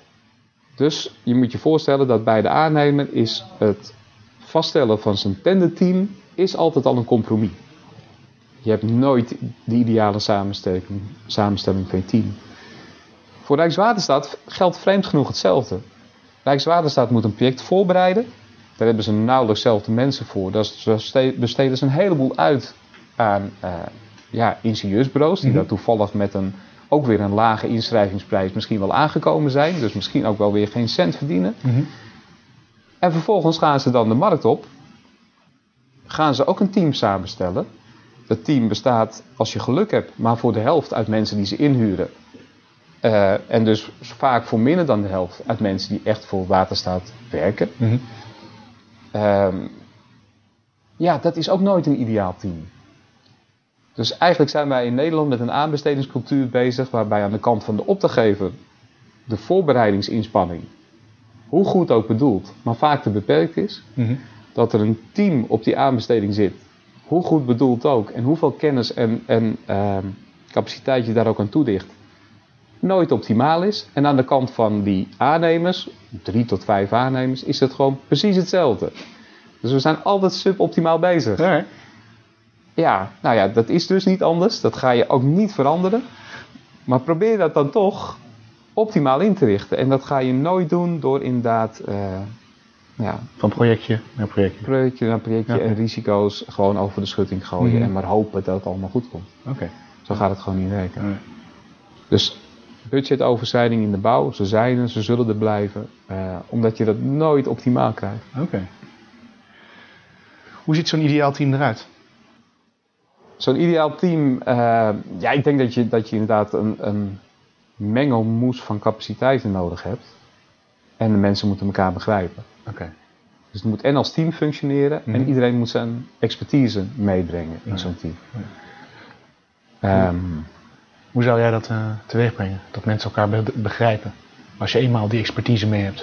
Dus je moet je voorstellen dat bij de aannemer is het vaststellen van zijn tenderteam is altijd al een compromis. Je hebt nooit de ideale samenstelling, samenstelling van je team. Voor Rijkswaterstaat geldt vreemd genoeg hetzelfde. Rijkswaterstaat moet een project voorbereiden. Daar hebben ze nauwelijks zelfde mensen voor. Daar besteden ze een heleboel uit aan uh, ja, ingenieursbureaus. Die mm-hmm. daar toevallig met een, ook weer een lage inschrijvingsprijs misschien wel aangekomen zijn. Dus misschien ook wel weer geen cent verdienen. Mm-hmm. En vervolgens gaan ze dan de markt op. Gaan ze ook een team samenstellen. Dat team bestaat, als je geluk hebt, maar voor de helft uit mensen die ze inhuren. Uh, en dus vaak voor minder dan de helft uit mensen die echt voor Waterstaat werken. Mm-hmm. Um, ja, dat is ook nooit een ideaal team. Dus eigenlijk zijn wij in Nederland met een aanbestedingscultuur bezig, waarbij aan de kant van de opdrachtgever de voorbereidingsinspanning, hoe goed ook bedoeld, maar vaak te beperkt is. Mm-hmm. Dat er een team op die aanbesteding zit, hoe goed bedoeld ook, en hoeveel kennis en, en uh, capaciteit je daar ook aan toedicht, nooit optimaal is. En aan de kant van die aannemers, drie tot vijf aannemers, is het gewoon precies hetzelfde. Dus we zijn altijd suboptimaal bezig. Ja, ja, nou ja, dat is dus niet anders. Dat ga je ook niet veranderen. Maar probeer dat dan toch optimaal in te richten. En dat ga je nooit doen door inderdaad Uh, ja, van projectje naar projectje. Projectje naar projectje Ja. en risico's gewoon over de schutting gooien. Mm-hmm. En maar hopen dat het allemaal goed komt. Oké. Okay. Zo gaat het gewoon niet werken. Nee. Dus budgetoverschrijding in de bouw, ze zijn er, ze zullen er blijven. Uh, omdat je dat nooit optimaal krijgt. Oké. Okay. Hoe ziet zo'n ideaal team eruit? Zo'n ideaal team, uh, ja, ik denk dat je, dat je inderdaad een, een mengelmoes van capaciteiten nodig hebt. En de mensen moeten elkaar begrijpen. Oké. Okay. Dus het moet en als team functioneren, mm-hmm. en iedereen moet zijn expertise meebrengen in ja. zo'n team. Ja. Um, Hoe zou jij dat uh, teweeg brengen? Dat mensen elkaar be- begrijpen? Als je eenmaal die expertise mee hebt.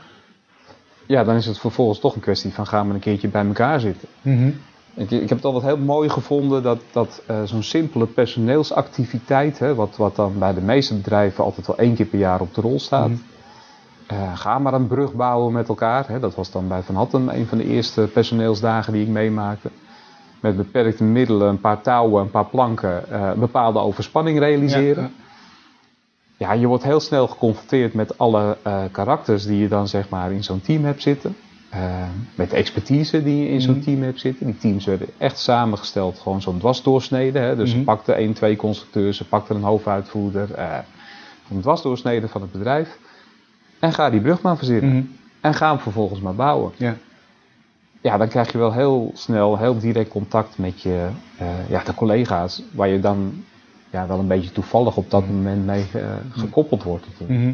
Ja, dan is het vervolgens toch een kwestie van gaan we een keertje bij elkaar zitten. Mm-hmm. Ik, ik heb het altijd heel mooi gevonden dat, dat uh, zo'n simpele personeelsactiviteit, hè, wat, wat dan bij de meeste bedrijven altijd wel één keer per jaar op de rol staat. Mm-hmm. Uh, ga maar een brug bouwen met elkaar. Hè. Dat was dan bij Van Hattem een van de eerste personeelsdagen die ik meemaakte. Met beperkte middelen, een paar touwen, een paar planken, uh, bepaalde overspanning realiseren. Ja, ja. ja, je wordt heel snel geconfronteerd met alle uh, karakters die je dan zeg maar in zo'n team hebt zitten. Uh, met de expertise die je in zo'n mm. team hebt zitten. Die teams werden echt samengesteld, gewoon zo'n dwarsdoorsnede. Hè. Dus mm. ze pakten één, twee constructeurs, ze pakten een hoofduitvoerder. Uh, een dwarsdoorsnede van het bedrijf. En ga die brug maar verzinnen. Mm. En ga hem vervolgens maar bouwen. Ja. Ja, dan krijg je wel heel snel, heel direct contact met je, uh, ja, de collega's. Waar je dan ja, wel een beetje toevallig op dat moment mee uh, gekoppeld wordt. Mm-hmm.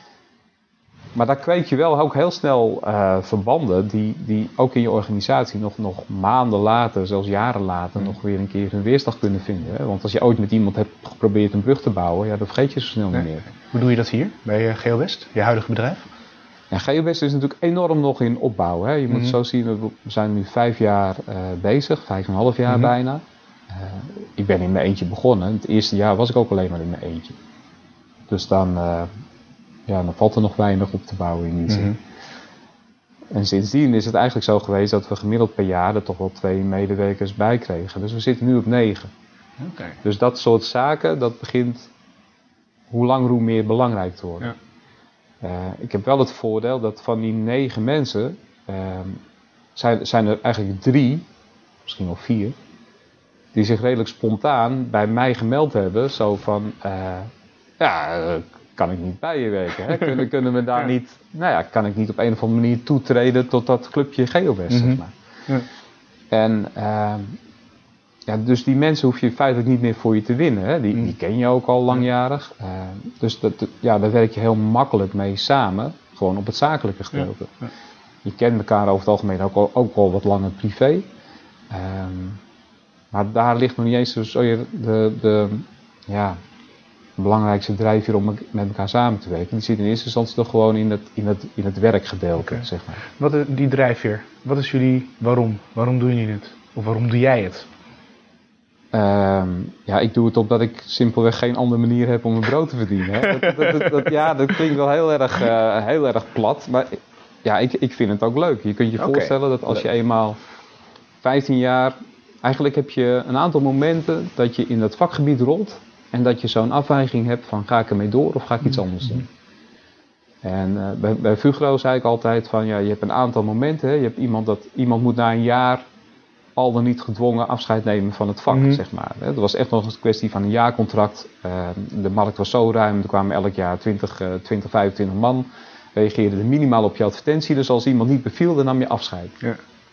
Maar daar kweek je wel ook heel snel uh, verbanden die, die ook in je organisatie nog, nog maanden later, zelfs jaren later, mm. nog weer een keer hun weerslag kunnen vinden. Hè? Want als je ooit met iemand hebt geprobeerd een brug te bouwen, ja, dan vergeet je zo snel niet meer. Hoe doe je dat hier bij GeoWest, je huidige bedrijf? Ja, GeoWest is natuurlijk enorm nog in opbouw. Hè? Je moet mm-hmm. zo zien, we zijn nu vijf jaar uh, bezig, vijf en een half jaar mm-hmm. bijna. Uh, ik ben in mijn eentje begonnen. Het eerste jaar was ik ook alleen maar in mijn eentje. Dus dan, uh, ja, dan valt er nog weinig op te bouwen in die zin. Mm-hmm. En sindsdien is het eigenlijk zo geweest dat we gemiddeld per jaar er toch wel twee medewerkers bij kregen. Dus we zitten nu op negen. Okay. Dus dat soort zaken, dat begint hoe langer hoe meer belangrijk te worden. Ja. Uh, ik heb wel het voordeel dat van die negen mensen uh, zijn, zijn er eigenlijk drie, misschien wel vier, die zich redelijk spontaan bij mij gemeld hebben. Zo van, uh, ja, uh, kan ik niet bij je werken? Hè? Kunnen, kunnen we daar ja. niet, nou ja, kan ik niet op een of andere manier toetreden tot dat clubje GeoWest, mm-hmm. zeg maar. Ja. En uh, ja, dus die mensen hoef je feitelijk niet meer voor je te winnen. Hè? Die, mm. die ken je ook al langjarig. Uh, dus dat, ja, daar werk je heel makkelijk mee samen. Gewoon op het zakelijke gedeelte. Ja. Ja. Je kent elkaar over het algemeen ook al, ook al wat langer privé. Um, maar daar ligt nog niet eens zo de, de, de ja, belangrijkste drijfveer om met elkaar samen te werken. Die zit in eerste instantie toch gewoon in het, in het, in het werkgedeelte. Okay. Zeg maar. Wat, die drijfveer, wat is jullie waarom? Waarom doen jullie het? Of waarom doe jij het? Um, ja, ik doe het omdat ik simpelweg geen andere manier heb om mijn brood te verdienen. Hè. Dat, dat, dat, dat, ja, dat klinkt wel heel erg, uh, heel erg plat, maar ja, ik, ik vind het ook leuk. Je kunt je okay. voorstellen dat als je eenmaal vijftien jaar... Eigenlijk heb je een aantal momenten dat je in dat vakgebied rolt en dat je zo'n afwijking hebt van ga ik ermee door of ga ik iets anders doen. En uh, bij, bij Fugro zei ik altijd van ja, je hebt een aantal momenten. Hè. Je hebt iemand dat iemand moet na een jaar al dan niet gedwongen afscheid nemen van het vak, mm-hmm. zeg maar. Het was echt nog een kwestie van een jaarcontract. Uh, de markt was zo ruim, er kwamen elk jaar twintig, uh, twintig, vijfentwintig man. Reageerden er minimaal op je advertentie, dus als iemand niet beviel, dan nam je afscheid. Ja.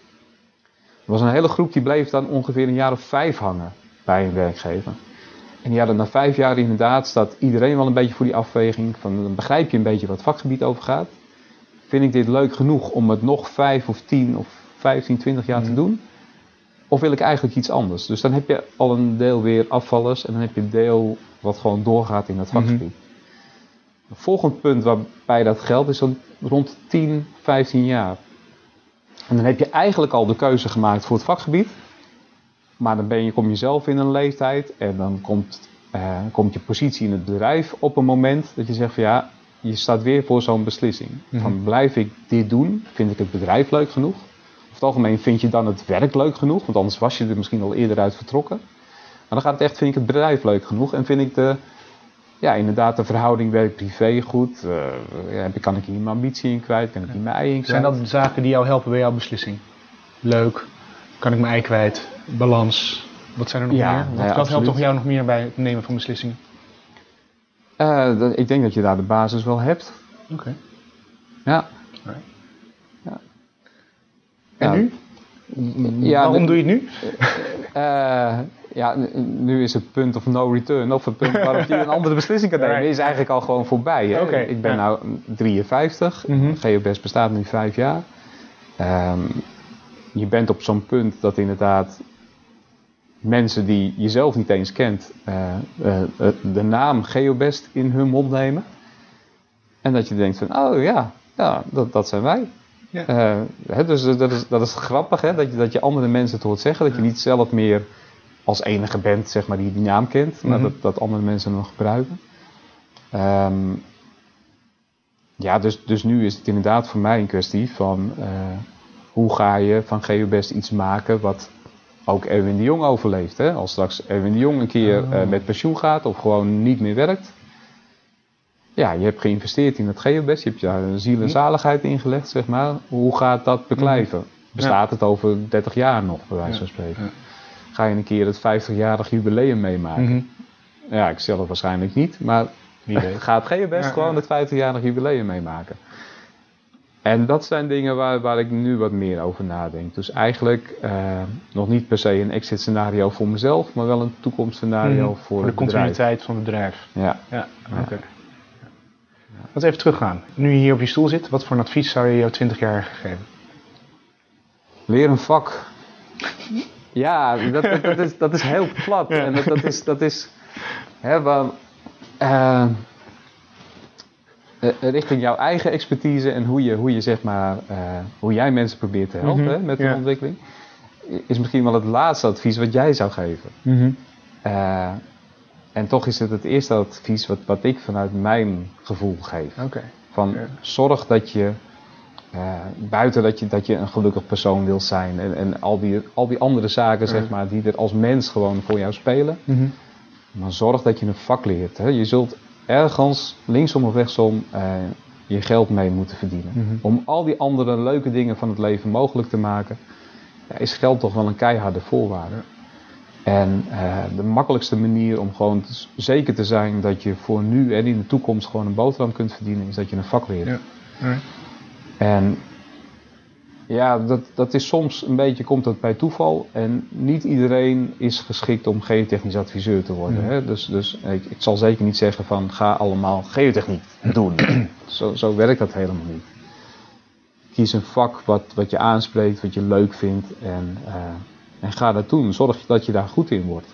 Er was een hele groep die bleef dan ongeveer een jaar of vijf hangen bij een werkgever. En die hadden na vijf jaar inderdaad, staat iedereen wel een beetje voor die afweging. Van, dan begrijp je een beetje wat het vakgebied over gaat. Vind ik dit leuk genoeg om het nog vijf of tien of vijftien, twintig jaar mm. te doen? Of wil ik eigenlijk iets anders? Dus dan heb je al een deel weer afvallers en dan heb je een deel wat gewoon doorgaat in dat vakgebied. Mm-hmm. Het volgende punt waarbij dat geldt is rond tien, vijftien jaar. En dan heb je eigenlijk al de keuze gemaakt voor het vakgebied. Maar dan ben je, kom je zelf in een leeftijd en dan komt, uh, komt je positie in het bedrijf op een moment dat je zegt van ja, je staat weer voor zo'n beslissing. Mm-hmm. Van blijf ik dit doen? Vind ik het bedrijf leuk genoeg? Over het algemeen vind je dan het werk leuk genoeg, want anders was je er misschien al eerder uit vertrokken. Maar dan gaat het echt, vind ik het bedrijf leuk genoeg en vind ik de, ja, inderdaad de verhouding werk-privé goed. Uh, kan ik hier mijn ambitie in kwijt? Kan ik hier mijn ei in kwijt? Zijn dat zaken die jou helpen bij jouw beslissing? Leuk, kan ik mijn ei kwijt? Balans, wat zijn er nog ja, meer? Wat, ja, wat helpt toch jou nog meer bij het nemen van beslissingen? Uh, dat, ik denk dat je daar de basis wel hebt. Oké. Okay. Ja. ja. En ja. nu? Ja, waarom de, doe je het nu? Uh, ja, nu is het punt of no return, of het punt waarop je een andere beslissing kan nemen, is eigenlijk al gewoon voorbij. Hè? Okay, ik ben ja. nu drieënvijftig, mm-hmm. GeoWest bestaat nu vijf jaar. Um, je bent op zo'n punt dat inderdaad mensen die je zelf niet eens kent uh, uh, uh, de naam GeoBest in hun mond nemen. En dat je denkt van, oh ja, ja dat, dat zijn wij. Ja. Uh, hè, dus dat is, dat is grappig, hè, dat, je, dat je andere mensen het hoort zeggen. Dat je niet zelf meer als enige bent, zeg maar, die die naam kent. Maar mm-hmm. dat, dat andere mensen hem nog gebruiken. Um, ja, dus, dus nu is het inderdaad voor mij een kwestie van... Uh, hoe ga je van GeoBest iets maken wat ook Erwin de Jong overleeft. Hè? Als straks Erwin de Jong een keer oh. uh, met pensioen gaat of gewoon niet meer werkt. Ja, je hebt geïnvesteerd in het GeoBest. Je hebt daar ziel en zaligheid ingelegd, zeg maar. Hoe gaat dat beklijven? Bestaat ja. het over dertig jaar nog, bij wijze van spreken? Ja. Ga je een keer het vijftigjarig jubileum meemaken? Mm-hmm. Ja, ik zelf waarschijnlijk niet. Maar gaat GeoBest ja, gewoon ja. het vijftigjarig jubileum meemaken? En dat zijn dingen waar, waar ik nu wat meer over nadenk. Dus eigenlijk uh, nog niet per se een exit scenario voor mezelf, maar wel een toekomstscenario mm, voor, voor de continuïteit van het bedrijf. Ja. ja, ja. Oké. Okay. Laten we even teruggaan. Nu je hier op je stoel zit, wat voor een advies zou je jouw twintigjarige geven? Leer een vak. Ja, dat, dat, dat, is, dat is heel plat. Ja. En dat, dat is... Dat is hè, waar, uh, Uh, richting jouw eigen expertise en hoe je, hoe je zeg maar, uh, hoe jij mensen probeert te helpen mm-hmm. hè, met de ja. ontwikkeling, is misschien wel het laatste advies wat jij zou geven. Mm-hmm. Uh, en toch is het het eerste advies wat, wat ik vanuit mijn gevoel geef. Okay. Van ja. zorg dat je, uh, buiten dat je, dat je een gelukkig persoon wil zijn en, en al, die, al die andere zaken ja. zeg maar, die er als mens gewoon voor jou spelen, mm-hmm. maar zorg dat je een vak leert. Hè. Je zult ergens, linksom of rechtsom, uh, je geld mee moeten verdienen. Mm-hmm. Om al die andere leuke dingen van het leven mogelijk te maken, ja, is geld toch wel een keiharde voorwaarde. En uh, de makkelijkste manier om gewoon te, zeker te zijn dat je voor nu en in de toekomst gewoon een boterham kunt verdienen, is dat je een vak leert. Ja. Ja. En ja, dat, dat is soms een beetje, komt dat bij toeval. En niet iedereen is geschikt om geotechnisch adviseur te worden. Ja. Hè? Dus, dus ik, ik zal zeker niet zeggen van ga allemaal geotechniek doen. zo, zo werkt dat helemaal niet. Kies een vak wat, wat je aanspreekt, wat je leuk vindt. En, uh, en ga dat doen. Zorg dat je daar goed in wordt.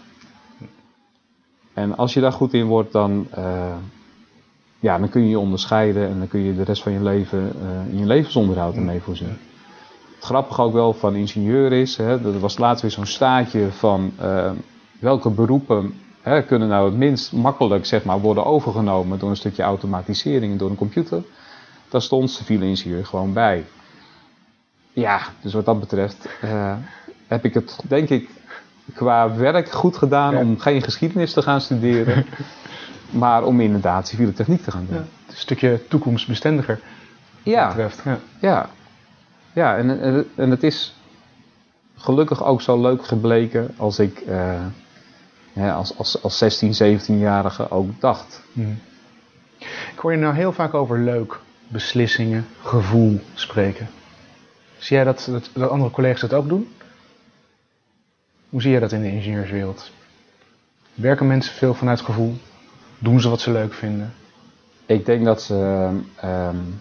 En als je daar goed in wordt, dan, uh, ja, dan kun je je onderscheiden. En dan kun je de rest van je leven uh, in je levensonderhoud ermee voorzien. Grappig ook wel van ingenieur is, hè, er was laatst weer zo'n staatje van uh, welke beroepen hè, kunnen nou het minst makkelijk zeg maar, worden overgenomen door een stukje automatisering en door een computer. Daar stond civiele ingenieur gewoon bij. Ja, dus wat dat betreft uh, heb ik het denk ik qua werk goed gedaan ja. om geen geschiedenis te gaan studeren, maar om inderdaad civiele techniek te gaan doen. Ja, een stukje toekomstbestendiger. Ja, betreft. ja. ja. Ja, en, en, en het is gelukkig ook zo leuk gebleken als ik uh, ja, als, als, als zestien, zeventienjarige ook dacht. Hmm. Ik hoor je nou heel vaak over leuk, beslissingen, gevoel spreken. Zie jij dat, dat, dat andere collega's dat ook doen? Hoe zie jij dat in de ingenieurswereld? Werken mensen veel vanuit gevoel? Doen ze wat ze leuk vinden? Ik denk dat ze uh, um,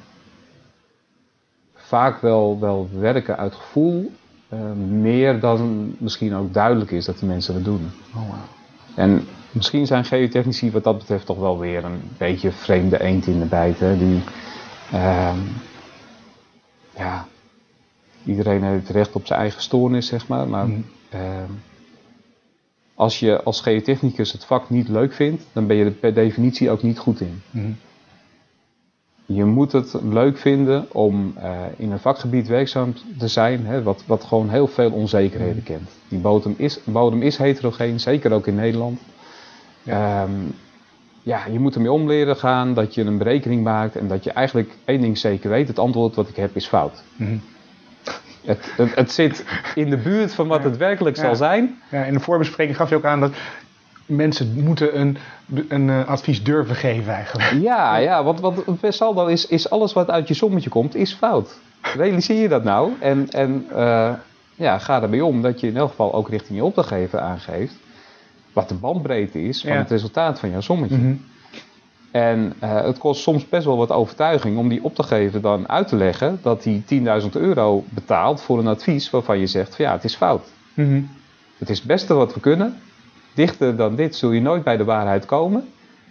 vaak wel, wel werken uit gevoel. Uh, meer dan misschien ook duidelijk is dat de mensen dat doen. Oh, wow. En misschien zijn geotechnici wat dat betreft toch wel weer een beetje vreemde eend in de bijt. Hè? Die, uh, ja, iedereen heeft recht op zijn eigen stoornis, zeg maar. Maar mm. uh, als je als geotechnicus het vak niet leuk vindt, dan ben je er per definitie ook niet goed in. Mm. Je moet het leuk vinden om uh, in een vakgebied werkzaam te zijn, hè, wat, wat gewoon heel veel onzekerheden mm. kent. Die bodem is, bodem is heterogeen, zeker ook in Nederland. Ja. Um, ja, je moet ermee om leren gaan, dat je een berekening maakt en dat je eigenlijk één ding zeker weet, het antwoord wat ik heb is fout. Mm. Het, het, het zit in de buurt van wat ja. het werkelijk ja. zal zijn. Ja, in de voorbespreking gaf je ook aan dat mensen moeten een, een uh, advies durven geven eigenlijk. Ja, ja want, want per saldo is, is alles wat uit je sommetje komt, is fout. Realiseer je dat nou? En, en uh, ja, ga ermee om dat je in elk geval ook richting je opdrachtgever aangeeft wat de bandbreedte is van ja. het resultaat van jouw sommetje. Mm-hmm. En uh, het kost soms best wel wat overtuiging om die opdrachtgever dan uit te leggen dat hij tienduizend euro betaalt voor een advies waarvan je zegt van ja, het is fout. Mm-hmm. het is het beste wat we kunnen. Dichter dan dit zul je nooit bij de waarheid komen.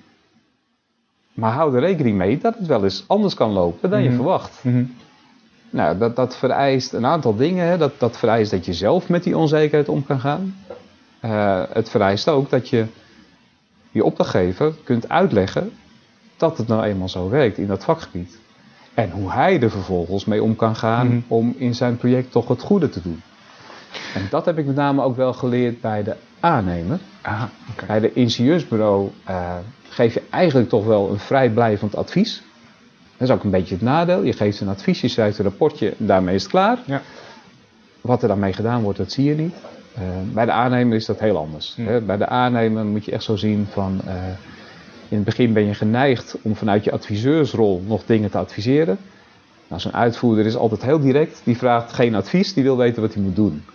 Maar hou er rekening mee dat het wel eens anders kan lopen dan mm-hmm. je verwacht. Mm-hmm. Nou, dat, dat vereist een aantal dingen. Hè. Dat, dat vereist dat je zelf met die onzekerheid om kan gaan. Uh, het vereist ook dat je je opdrachtgever kunt uitleggen dat het nou eenmaal zo werkt in dat vakgebied. En hoe hij er vervolgens mee om kan gaan mm-hmm. om in zijn project toch het goede te doen. En dat heb ik met name ook wel geleerd bij de aannemer. Aha, okay. Bij de ingenieursbureau uh, geef je eigenlijk toch wel een vrijblijvend advies. Dat is ook een beetje het nadeel. Je geeft een advies, je schrijft een rapportje en daarmee is het klaar. Ja. Wat er dan mee gedaan wordt, dat zie je niet. Uh, bij de aannemer is dat heel anders. Ja. Hè? Bij de aannemer moet je echt zo zien van... Uh, in het begin ben je geneigd om vanuit je adviseursrol nog dingen te adviseren. Nou, zo'n uitvoerder is altijd heel direct. Die vraagt geen advies, die wil weten wat hij moet doen.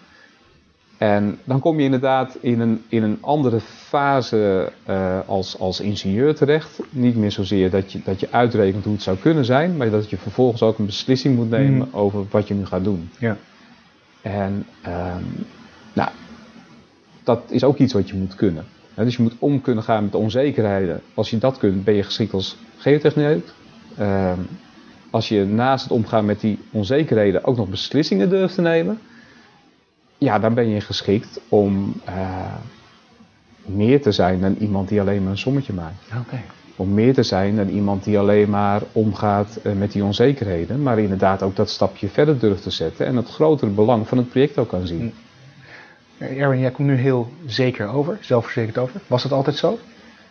En dan kom je inderdaad in een, in een andere fase uh, als, als ingenieur terecht. Niet meer zozeer dat je, dat je uitrekent hoe het zou kunnen zijn, maar dat je vervolgens ook een beslissing moet nemen mm. over wat je nu gaat doen. Ja. En um, nou, dat is ook iets wat je moet kunnen. He, dus je moet om kunnen gaan met de onzekerheden. Als je dat kunt, ben je geschikt als geotechneut. Um, als je naast het omgaan met die onzekerheden ook nog beslissingen durft te nemen, ja, dan ben je geschikt om uh, meer te zijn dan iemand die alleen maar een sommetje maakt. Okay. Om meer te zijn dan iemand die alleen maar omgaat uh, met die onzekerheden, maar inderdaad ook dat stapje verder durft te zetten en het grotere belang van het project ook kan zien. Erwin, jij komt nu heel zeker over, zelfverzekerd over. Was dat altijd zo?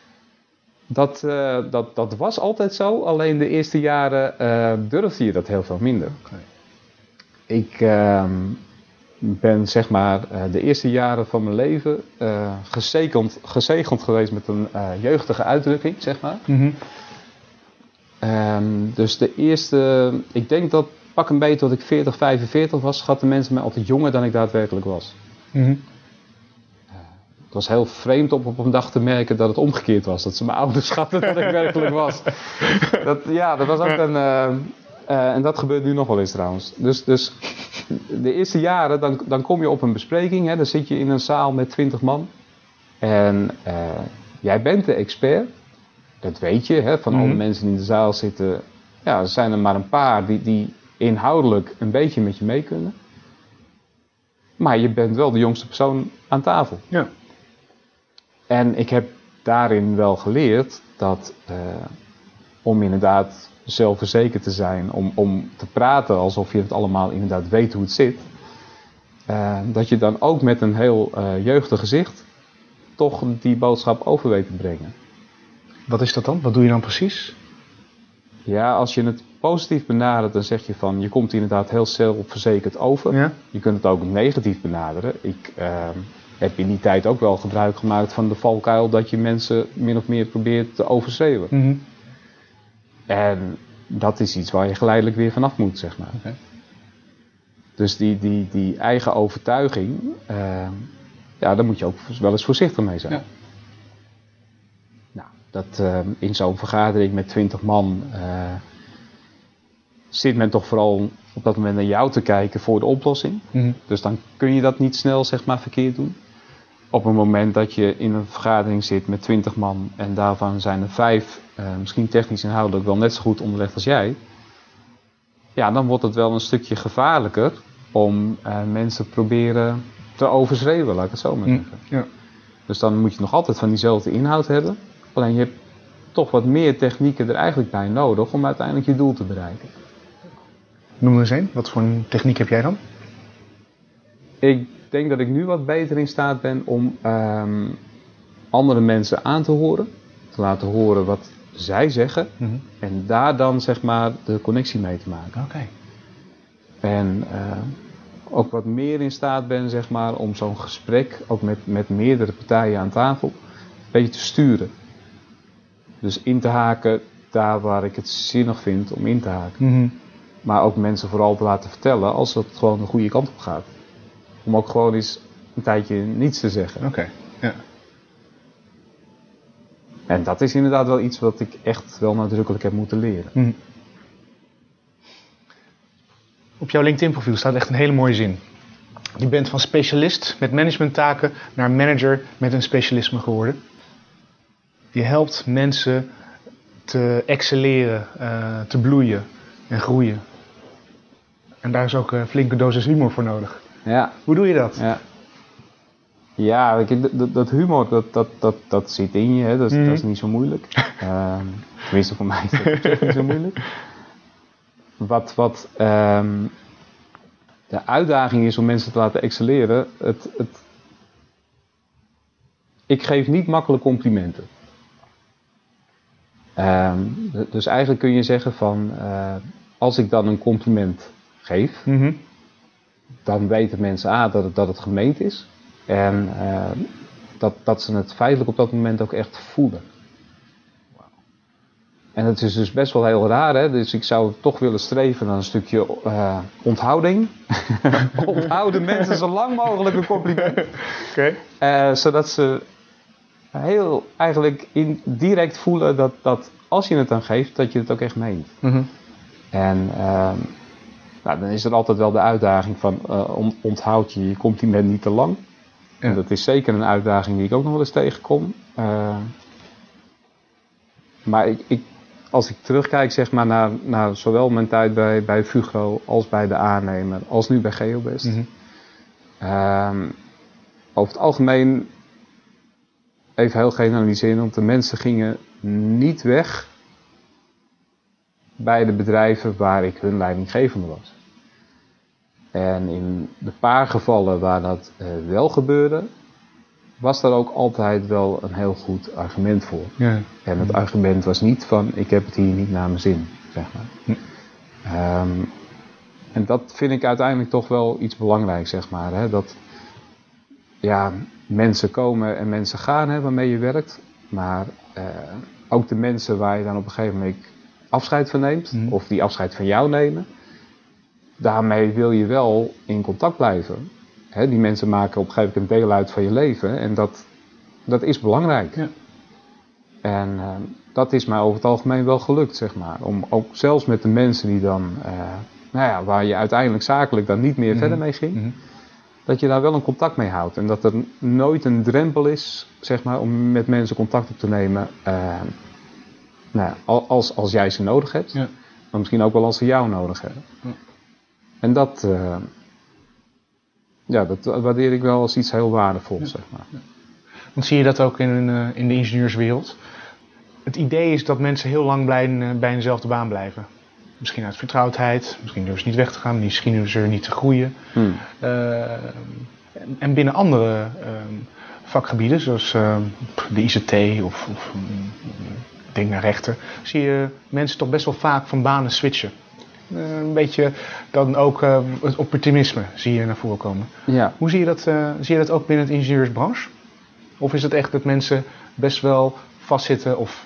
Dat, uh, dat, dat was altijd zo, alleen de eerste jaren uh, durfde je dat heel veel minder. Okay. Ik uh, ben zeg maar uh, de eerste jaren van mijn leven uh, gezegend, gezegend geweest met een uh, jeugdige uitdrukking, zeg maar. Mm-hmm. Um, dus de eerste, ik denk dat pak een beetje tot ik veertig, vijfenveertig was, schatten mensen mij altijd jonger dan ik daadwerkelijk was. Mm-hmm. Het was heel vreemd om op een dag te merken dat het omgekeerd was. Dat ze me ouder schatten dan ik werkelijk was. Dat, ja, dat was ook een... Uh, uh, en dat gebeurt nu nog wel eens trouwens. Dus, dus de eerste jaren, dan, dan kom je op een bespreking. Hè, dan zit je in een zaal met twintig man. En uh, jij bent de expert. Dat weet je. Hè, van mm-hmm. alle mensen die in de zaal zitten. Ja, er zijn er maar een paar die, die inhoudelijk een beetje met je mee kunnen. Maar je bent wel de jongste persoon aan tafel. Ja. En ik heb daarin wel geleerd dat uh, om inderdaad zelfverzekerd te zijn, om, om te praten alsof je het allemaal inderdaad weet hoe het zit, uh, dat je dan ook met een heel uh, jeugdig gezicht toch die boodschap over weet te brengen. Wat is dat dan? Wat doe je dan precies? Ja, als je het positief benadert, dan zeg je van je komt inderdaad heel zelfverzekerd over. Ja. Je kunt het ook negatief benaderen. Ik uh, heb in die tijd ook wel gebruik gemaakt van de valkuil dat je mensen min of meer probeert te overschreeuwen. Mm-hmm. En dat is iets waar je geleidelijk weer vanaf moet, zeg maar. Okay. Dus die, die, die eigen overtuiging, uh, ja, daar moet je ook wel eens voorzichtig mee zijn. Ja. Nou, dat uh, in zo'n vergadering met twintig man uh, zit men toch vooral op dat moment naar jou te kijken voor de oplossing. Mm-hmm. Dus dan kun je dat niet snel, zeg maar, verkeerd doen. Op het moment dat je in een vergadering zit met twintig man en daarvan zijn er vijf, uh, misschien technisch inhoudelijk wel net zo goed onderlegd als jij. Ja, dan wordt het wel een stukje gevaarlijker om uh, mensen proberen te overschreeuwen, laat ik het zo maar zeggen. Mm, ja. Dus dan moet je nog altijd van diezelfde inhoud hebben. Alleen je hebt toch wat meer technieken er eigenlijk bij nodig om uiteindelijk je doel te bereiken. Noem eens een. Wat voor een techniek heb jij dan? Ik denk dat ik nu wat beter in staat ben om um, andere mensen aan te horen. Te laten horen wat zij zeggen. Mm-hmm. En daar dan zeg maar de connectie mee te maken. Oké. Okay. En uh, ook wat meer in staat ben zeg maar om zo'n gesprek ook met, met meerdere partijen aan tafel een beetje te sturen. Dus in te haken daar waar ik het zinnig vind om in te haken. Mm-hmm. Maar ook mensen vooral te laten vertellen als het gewoon de goede kant op gaat. Om ook gewoon eens een tijdje niets te zeggen. Oké, okay. Ja. En dat is inderdaad wel iets wat ik echt wel nadrukkelijk heb moeten leren. Mm. Op jouw LinkedIn profiel staat echt een hele mooie zin. Je bent van specialist met managementtaken naar manager met een specialisme geworden. Je helpt mensen te excelleren, uh, te bloeien en groeien. En daar is ook een flinke dosis humor voor nodig. Ja. Hoe doe je dat? Ja, ja dat, dat humor, dat, dat, dat, dat zit in je. Hè. Dat, is, mm. dat is niet zo moeilijk. um, tenminste, voor mij is dat echt niet zo moeilijk. Wat, wat um, de uitdaging is om mensen te laten excelleren. Het, het, ik geef niet makkelijk complimenten. Um, dus eigenlijk kun je zeggen van, uh, als ik dan een compliment geef, mm-hmm. dan weten mensen A, dat het, dat het gemeend is. En uh, dat, dat ze het feitelijk op dat moment ook echt voelen. Wow. En het is dus best wel heel raar, hè? Dus ik zou toch willen streven naar een stukje uh, onthouding. Onthouden mensen zo lang mogelijk een compliment. Okay. Uh, zodat ze heel eigenlijk in, direct voelen dat, dat als je het dan geeft, dat je het ook echt meent. Mm-hmm. En uh, nou, dan is er altijd wel de uitdaging van uh, onthoud je je compliment niet te lang. Ja. En dat is zeker een uitdaging die ik ook nog wel eens tegenkom. Uh, maar ik, ik, als ik terugkijk zeg maar, naar, naar zowel mijn tijd bij, bij Fugro als bij de aannemer, als nu bij Geobest. Mm-hmm. Uh, over het algemeen, even heel generaliserend, want de mensen gingen niet weg bij de bedrijven waar ik hun leidinggevende was. En in de paar gevallen waar dat uh, wel gebeurde, was daar ook altijd wel een heel goed argument voor. Ja. En het argument was niet van, ik heb het hier niet naar mijn zin, zeg maar. Ja. Um, en dat vind ik uiteindelijk toch wel iets belangrijks, zeg maar. Hè? Dat ja, mensen komen en mensen gaan, hè, waarmee je werkt. Maar uh, ook de mensen waar je dan op een gegeven moment afscheid van neemt, mm. of die afscheid van jou nemen, daarmee wil je wel in contact blijven. He, die mensen maken op een gegeven moment deel uit van je leven en dat, dat is belangrijk. Ja. En uh, dat is mij over het algemeen wel gelukt, zeg maar. Om ook zelfs met de mensen die dan, uh, nou ja, waar je uiteindelijk zakelijk dan niet meer mm. verder mee ging, mm. dat je daar wel een contact mee houdt. En dat er nooit een drempel is, zeg maar, om met mensen contact op te nemen. Uh, nou ja, als, als jij ze nodig hebt, ja. maar misschien ook wel als ze jou nodig hebben. Ja. En dat, uh, ja, dat waardeer ik wel als iets heel waardevols, ja. zeg maar. Ja. Dan zie je dat ook in, uh, in de ingenieurswereld. Het idee is dat mensen heel lang bij, uh, bij eenzelfde baan blijven. Misschien uit vertrouwdheid, misschien durven ze niet weg te gaan, misschien durven ze er niet te groeien. Hmm. Uh, en, en binnen andere uh, vakgebieden, zoals uh, de I C T of, of ik denk naar rechter, zie je mensen toch best wel vaak van banen switchen. Uh, een beetje dan ook uh, het opportunisme zie je naar voren komen. Ja. Hoe zie je dat, uh, zie je dat ook binnen het ingenieursbranche? Of is het echt dat mensen best wel vastzitten of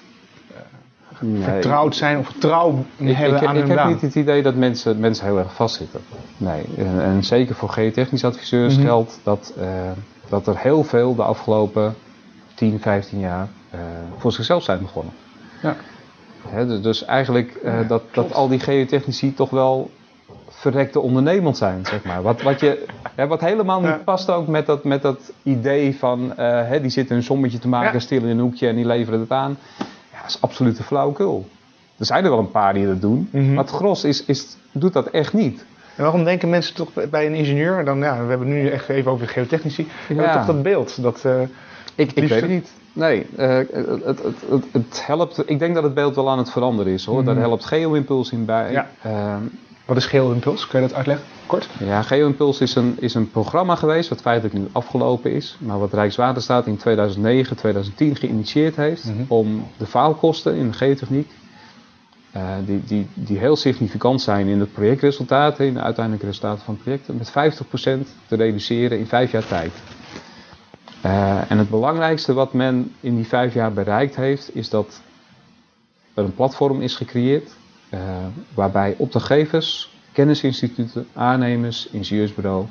uh, nee, vertrouwd zijn of trouw ik, hebben ik, aan ik hun heb baan? niet het idee dat mensen, mensen heel erg vastzitten. Nee, en, en zeker voor geotechnische adviseurs mm-hmm. geldt dat, uh, dat er heel veel de afgelopen tien, vijftien jaar uh, voor zichzelf zijn begonnen. Ja. He, dus eigenlijk uh, ja, dat, dat al die geotechnici toch wel verrekte ondernemend zijn, zeg maar. Wat, wat, je, hè, wat helemaal niet ja. past ook met dat, met dat idee van, uh, hè, die zitten een sommetje te maken, ja. stil in een hoekje en die leveren het aan. Ja, dat is absolute flauwekul. Er zijn er wel een paar die dat doen, mm-hmm. maar het gros is, is, doet dat echt niet. En waarom denken mensen toch bij een ingenieur, dan, ja, we hebben het nu echt even over geotechnici, ja. we hebben toch dat beeld? Dat, uh, ik ik weet het niet. Nee, uh, het, het, het, het helpt. Ik denk dat het beeld wel aan het veranderen is, hoor. Mm-hmm. Daar helpt GeoImpuls in bij. Ja. Uh, Wat is GeoImpuls? Kun je dat uitleggen? Kort? Ja, GeoImpuls is een, is een programma geweest, wat feitelijk nu afgelopen is, maar wat Rijkswaterstaat in tweeduizend negen, tweeduizend tien geïnitieerd heeft mm-hmm. om de faalkosten in de geotechniek, uh, die, die, die heel significant zijn in het projectresultaat, in de uiteindelijke resultaten van projecten, met vijftig procent te reduceren in vijf jaar tijd. Uh, en het belangrijkste wat men in die vijf jaar bereikt heeft, is dat er een platform is gecreëerd, uh, waarbij opdrachtgevers, kennisinstituten, aannemers, ingenieursbureau,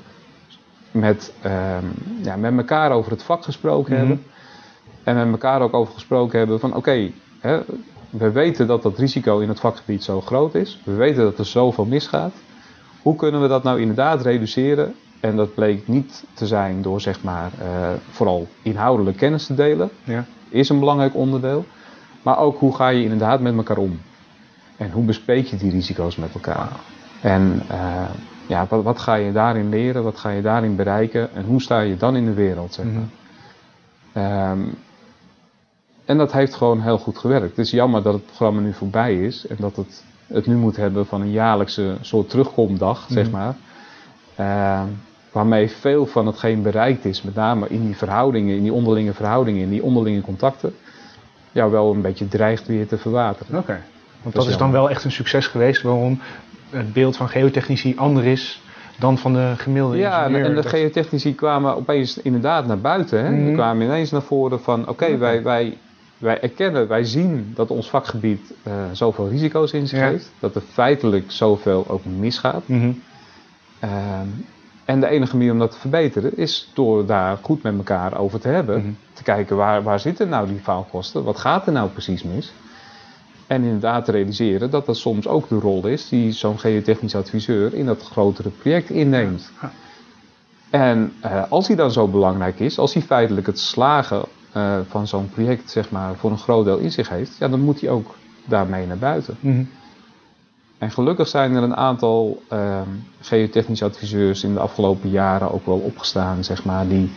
met, uh, ja, met elkaar over het vak gesproken mm-hmm. hebben. En met elkaar ook over gesproken hebben van oké, okay, we weten dat dat risico in het vakgebied zo groot is. We weten dat er zoveel misgaat. Hoe kunnen we dat nou inderdaad reduceren En dat bleek niet te zijn door zeg maar uh, vooral inhoudelijk kennis te delen. Ja. Is een belangrijk onderdeel. Maar ook hoe ga je inderdaad met elkaar om. En hoe bespreek je die risico's met elkaar. En uh, ja, wat, wat ga je daarin leren? Wat ga je daarin bereiken? En hoe sta je dan in de wereld? Zeg maar. Mm-hmm. um, en dat heeft gewoon heel goed gewerkt. Het is jammer dat het programma nu voorbij is. En dat het het nu moet hebben van een jaarlijkse soort terugkomdag, mm-hmm. zeg maar. Uh, waarmee veel van hetgeen bereikt is, met name in die verhoudingen, in die onderlinge verhoudingen, in die onderlinge contacten, ja, wel een beetje dreigt weer te verwateren. Oké, okay. Want dat, dat is dan wel echt een succes geweest, waarom het beeld van geotechnici anders is dan van de gemiddelde ja, ingenieur. Ja, en de dat... geotechnici kwamen opeens inderdaad naar buiten. Hè? Mm-hmm. Die kwamen ineens naar voren van, oké, okay, okay. wij, wij, wij erkennen, wij zien dat ons vakgebied uh, zoveel risico's in zich ja. heeft, dat er feitelijk zoveel ook misgaat. Mm-hmm. Uh, en de enige manier om dat te verbeteren is door daar goed met elkaar over te hebben. Mm-hmm. Te kijken waar, waar zitten nou die faalkosten, wat gaat er nou precies mis? En inderdaad te realiseren dat dat soms ook de rol is die zo'n geotechnisch adviseur in dat grotere project inneemt. Ja. En uh, als hij dan zo belangrijk is, als hij feitelijk het slagen uh, van zo'n project zeg maar, voor een groot deel in zich heeft, ja, dan moet hij ook daarmee naar buiten. Mm-hmm. En gelukkig zijn er een aantal uh, geotechnische adviseurs in de afgelopen jaren ook wel opgestaan, zeg maar, die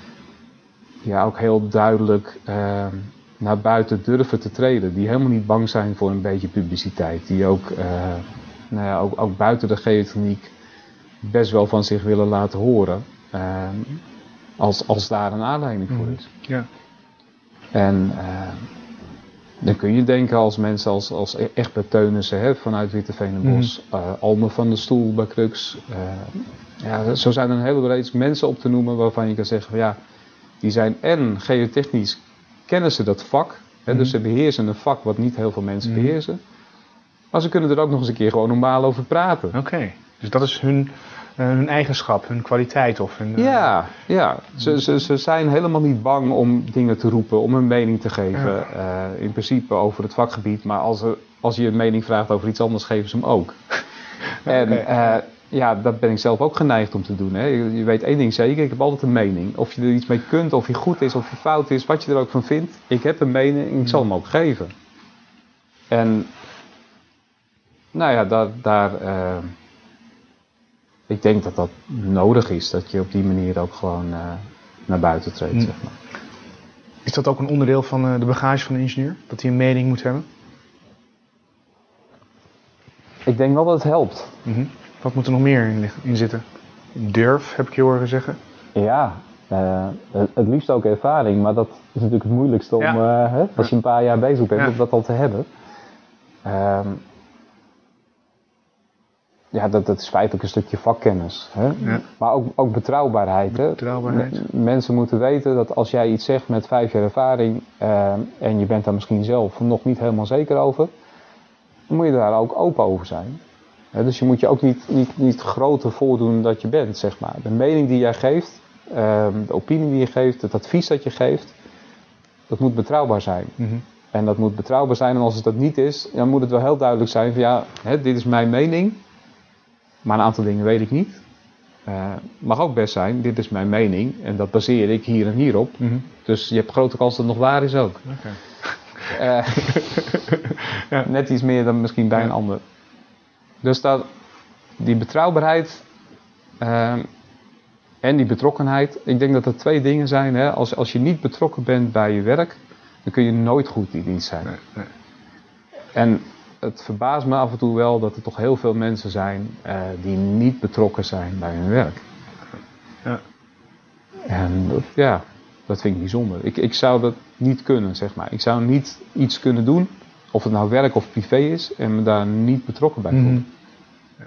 ja, ook heel duidelijk uh, naar buiten durven te treden. Die helemaal niet bang zijn voor een beetje publiciteit. Die ook, uh, nou ja, ook, ook buiten de geotechniek best wel van zich willen laten horen. Uh, als, als daar een aanleiding voor is. Ja. En uh, dan kun je denken als mensen als, als Egbert Teunissen hè, vanuit Witteveen-en-Bosch, mm. uh, Alme van der Stoel bij Crux. Uh, ja, zo zijn er een hele reeks mensen op te noemen waarvan je kan zeggen van ja, die zijn en geotechnisch kennen ze dat vak. Hè, mm. Dus ze beheersen een vak wat niet heel veel mensen mm. beheersen. Maar ze kunnen er ook nog eens een keer gewoon normaal over praten. Oké, okay. Dus dat is hun, uh, hun eigenschap, hun kwaliteit of hun... Uh... Ja, ja. Ze, ze, ze zijn helemaal niet bang om dingen te roepen, om een mening te geven. Ja. Uh, in principe over het vakgebied. Maar als, er, als je een mening vraagt over iets anders, geven ze hem ook. En okay. uh, ja, dat ben ik zelf ook geneigd om te doen. Hè. Je, je weet één ding zeker, ik heb altijd een mening. Of je er iets mee kunt, of je goed is, of je fout is, wat je er ook van vindt. Ik heb een mening en ik zal hem ook geven. En nou ja, daar... daar uh, ik denk dat dat nodig is, dat je op die manier ook gewoon uh, naar buiten treedt. Mm. Zeg maar. Is dat ook een onderdeel van uh, de bagage van de ingenieur? Dat hij een mening moet hebben? Ik denk wel dat het helpt. Mm-hmm. Wat moet er nog meer in, in zitten? Durf, heb ik je horen zeggen. Ja, uh, het, het liefst ook ervaring, maar dat is natuurlijk het moeilijkste om, ja. uh, hè, als je een paar jaar bezig bent, ja. om dat al te hebben. Um, Ja, dat, dat is feitelijk een stukje vakkennis. Hè? Ja. Maar ook, ook betrouwbaarheid. Hè? betrouwbaarheid. M- mensen moeten weten dat als jij iets zegt met vijf jaar ervaring uh, en je bent daar misschien zelf nog niet helemaal zeker over, dan moet je daar ook open over zijn. Hè? Dus je moet je ook niet, niet, niet groter voordoen dan je bent, zeg maar. De mening die jij geeft, uh, de opinie die je geeft, het advies dat je geeft, dat moet betrouwbaar zijn. Mm-hmm. En dat moet betrouwbaar zijn en als het dat niet is, dan moet het wel heel duidelijk zijn van ja, hè, dit is mijn mening. Maar een aantal dingen weet ik niet. Uh, mag ook best zijn, dit is mijn mening en dat baseer ik hier en hier op. Mm-hmm. Dus je hebt grote kans dat het nog waar is ook. Okay. Uh, ja. Net iets meer dan misschien bij ja. een ander. Dus dat, die betrouwbaarheid uh, en die betrokkenheid, ik denk dat er twee dingen zijn. Hè? Als, als je niet betrokken bent bij je werk, dan kun je nooit goed in dienst zijn. Nee, nee. En het verbaast me af en toe wel dat er toch heel veel mensen zijn uh, die niet betrokken zijn bij hun werk. Ja. En dat, ja, dat vind ik bijzonder. Ik, ik zou dat niet kunnen, zeg maar. Ik zou niet iets kunnen doen, of het nou werk of privé is, en me daar niet betrokken bij voelen. Mm-hmm. Ja.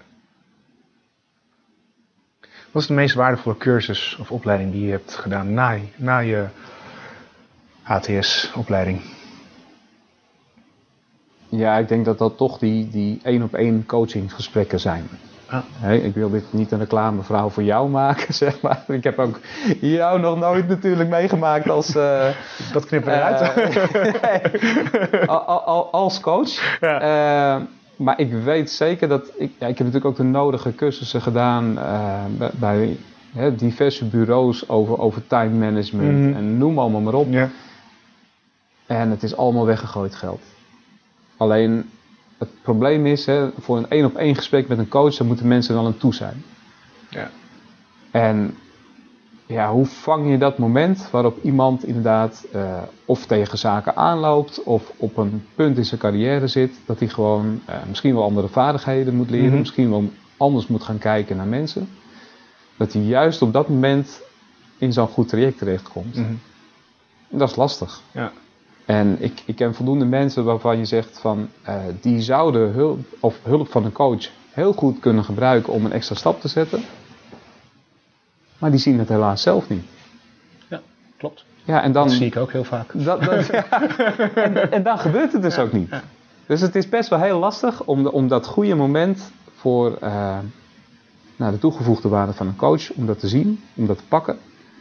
Wat is de meest waardevolle cursus of opleiding die je hebt gedaan na, na je H T S-opleiding? Ja, ik denk dat dat toch die, die één-op-één coachingsgesprekken zijn. Ah. Hey, ik wil dit niet een reclameverhaal voor jou maken, zeg maar. Ik heb ook jou nog nooit natuurlijk meegemaakt als... Uh, dat knippen eruit. Uh, als coach. Ja. Uh, maar ik weet zeker dat... Ik, ja, ik heb natuurlijk ook de nodige cursussen gedaan uh, bij, hè, diverse bureaus over, over time management mm. en noem allemaal maar op. Ja. En het is allemaal weggegooid geld. Alleen het probleem is, hè, voor een één op één gesprek met een coach, daar moeten mensen wel aan toe zijn. Ja. En ja, hoe vang je dat moment waarop iemand inderdaad uh, of tegen zaken aanloopt of op een punt in zijn carrière zit, dat hij gewoon uh, misschien wel andere vaardigheden moet leren, mm-hmm. misschien wel anders moet gaan kijken naar mensen. Dat hij juist op dat moment in zo'n goed traject terechtkomt. Mm-hmm. En dat is lastig. Ja. En ik, ik ken voldoende mensen waarvan je zegt van uh, die zouden hulp, of hulp van een coach heel goed kunnen gebruiken om een extra stap te zetten. Maar die zien het helaas zelf niet. Ja, klopt. Ja, en dan, dat zie ik ook heel vaak. Dat, dat, ja. en, en dan gebeurt het dus ja, ook niet. Ja. Dus het is best wel heel lastig om, de, om dat goede moment voor uh, nou, de toegevoegde waarde van een coach, om dat te zien, om dat te pakken.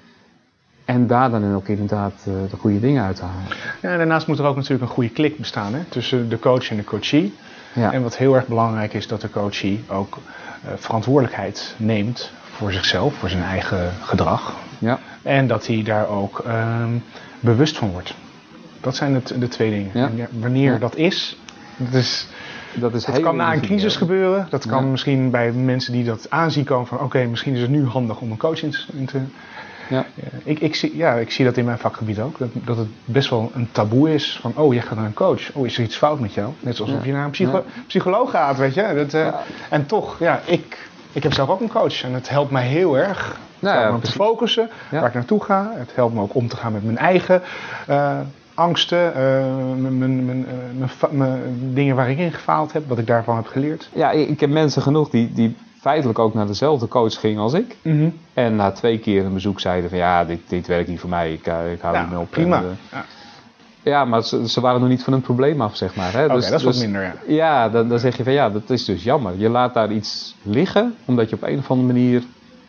En daar dan ook inderdaad uh, de goede dingen uit te halen. Ja, en daarnaast moet er ook natuurlijk een goede klik bestaan, hè, tussen de coach en de coachee. Ja. En wat heel erg belangrijk is, dat de coachee ook uh, verantwoordelijkheid neemt voor zichzelf, voor zijn eigen gedrag. Ja. En dat hij daar ook uh, bewust van wordt. Dat zijn het, de twee dingen. Ja. En wanneer ja. dat is, dat is... Dat, is dat kan na een crisis gebeuren. Dat kan ja. misschien bij mensen die dat aanzien komen van... oké, okay, misschien is het nu handig om een coach in te... Ja. Ja, ik, ik, zie, ja, ik zie dat in mijn vakgebied ook. Dat, dat het best wel een taboe is van... oh, jij gaat naar een coach. Oh, is er iets fout met jou? Net zoals ja. of je naar een psycho- ja. psycholoog gaat, weet je. Dat, uh, ja. En toch, ja, ik, ik heb zelf ook een coach. En het helpt mij heel erg nou, ja, om te focussen. Ja. Waar ik naartoe ga. Het helpt me ook om te gaan met mijn eigen... Uh, angsten, uh, mijn, mijn, mijn, mijn, mijn dingen waar ik in gefaald heb, wat ik daarvan heb geleerd. Ja, ik heb mensen genoeg die, die feitelijk ook naar dezelfde coach gingen als ik. Mm-hmm. En na twee keer een bezoek zeiden van ja, dit, dit werkt niet voor mij, ik, ik hou ja, niet meer op. Prima. En, uh, ja. ja, maar ze, ze waren nog niet van hun probleem af, zeg maar. Oké, okay, dus, dat is dus, wat minder, ja. Ja, dan, dan zeg je van ja, dat is dus jammer. Je laat daar iets liggen, omdat je op een of andere manier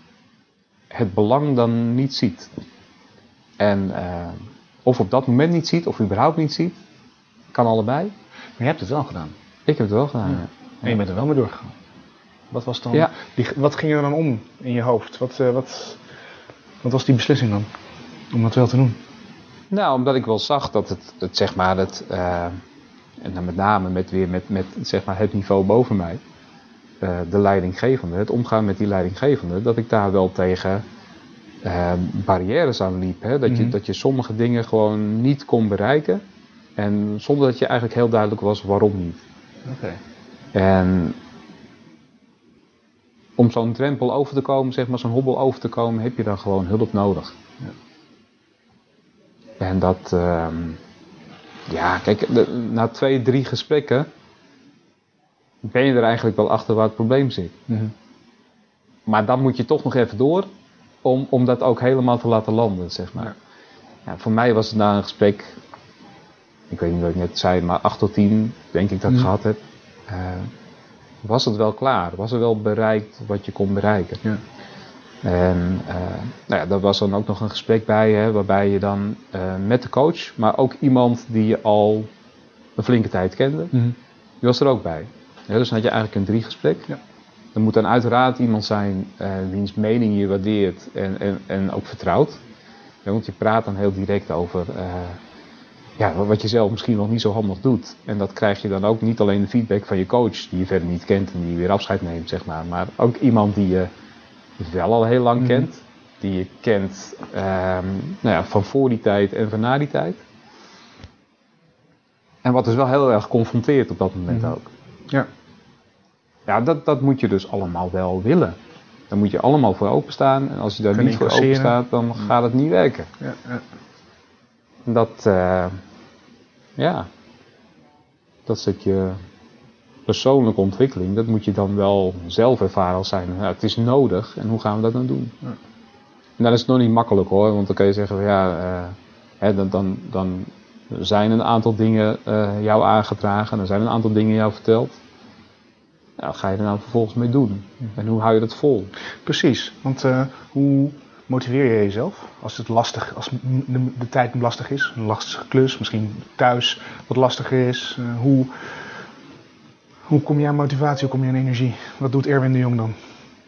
het belang dan niet ziet. En... Uh, Of op dat moment niet ziet, of überhaupt niet ziet. Kan allebei. Maar je hebt het wel gedaan. Ik heb het wel gedaan, ja. ja. En je bent er wel mee doorgegaan. Wat was dan... Ja. Die, wat ging er dan om in je hoofd? Wat, uh, wat, wat was die beslissing dan? Om dat wel te doen? Nou, omdat ik wel zag dat het, het zeg maar, het... Uh, en dan met name met, weer met, met zeg maar, het niveau boven mij. Uh, de leidinggevende. Het omgaan met die leidinggevende. Dat ik daar wel tegen... Uh, barrières aan liep. Hè? Dat, mm-hmm. je, dat je sommige dingen gewoon niet kon bereiken. En zonder dat je eigenlijk heel duidelijk was waarom niet. Okay. En om zo'n drempel over te komen, zeg maar zo'n hobbel over te komen, heb je dan gewoon hulp nodig. Ja. En dat, uh, ja, kijk, de, na twee, drie gesprekken ben je er eigenlijk wel achter waar het probleem zit. Mm-hmm. Maar dan moet je toch nog even door. Om, om dat ook helemaal te laten landen, zeg maar. Ja. Ja, voor mij was het na een gesprek, ik weet niet wat ik net zei, maar acht tot tien, denk ik dat ik mm. gehad heb. Uh, was het wel klaar? Was er wel bereikt wat je kon bereiken? Ja. En uh, nou ja, daar was dan ook nog een gesprek bij, hè, waarbij je dan uh, met de coach, maar ook iemand die je al een flinke tijd kende, mm. die was er ook bij. Ja, dus dan had je eigenlijk een drie gesprek. Ja. Er moet dan uiteraard iemand zijn uh, wiens mening je waardeert en, en, en ook vertrouwt. Ja, want je praat dan heel direct over uh, ja, wat je zelf misschien nog niet zo handig doet. En dat krijg je dan ook niet alleen de feedback van je coach, die je verder niet kent en die weer afscheid neemt, zeg maar. Maar ook iemand die je wel al heel lang mm. kent. Die je kent uh, nou ja, van voor die tijd en van na die tijd. En wat dus wel heel erg confronteert op dat moment mm. ook. Ja. Ja, dat, dat moet je dus allemaal wel willen. Daar moet je allemaal voor openstaan. En als je daar niet voor open staat, dan ja. gaat het niet werken. Ja, ja. Dat, uh, ja, dat stukje persoonlijke ontwikkeling, dat moet je dan wel zelf ervaren als zijn. Ja, het is nodig en hoe gaan we dat dan doen? Ja. En dan is het nog niet makkelijk hoor, want dan kun je zeggen van ja, uh, hè, dan, dan, dan zijn een aantal dingen uh, jou aangedragen, er zijn een aantal dingen jou verteld. Ja, wat ga je er nou vervolgens mee doen? En hoe hou je dat vol? Precies, want uh, hoe motiveer je jezelf als het lastig, als de, de tijd lastig is, een lastige klus, misschien thuis wat lastiger is. Uh, hoe, hoe kom je aan motivatie, hoe kom je aan energie? Wat doet Erwin de Jong dan?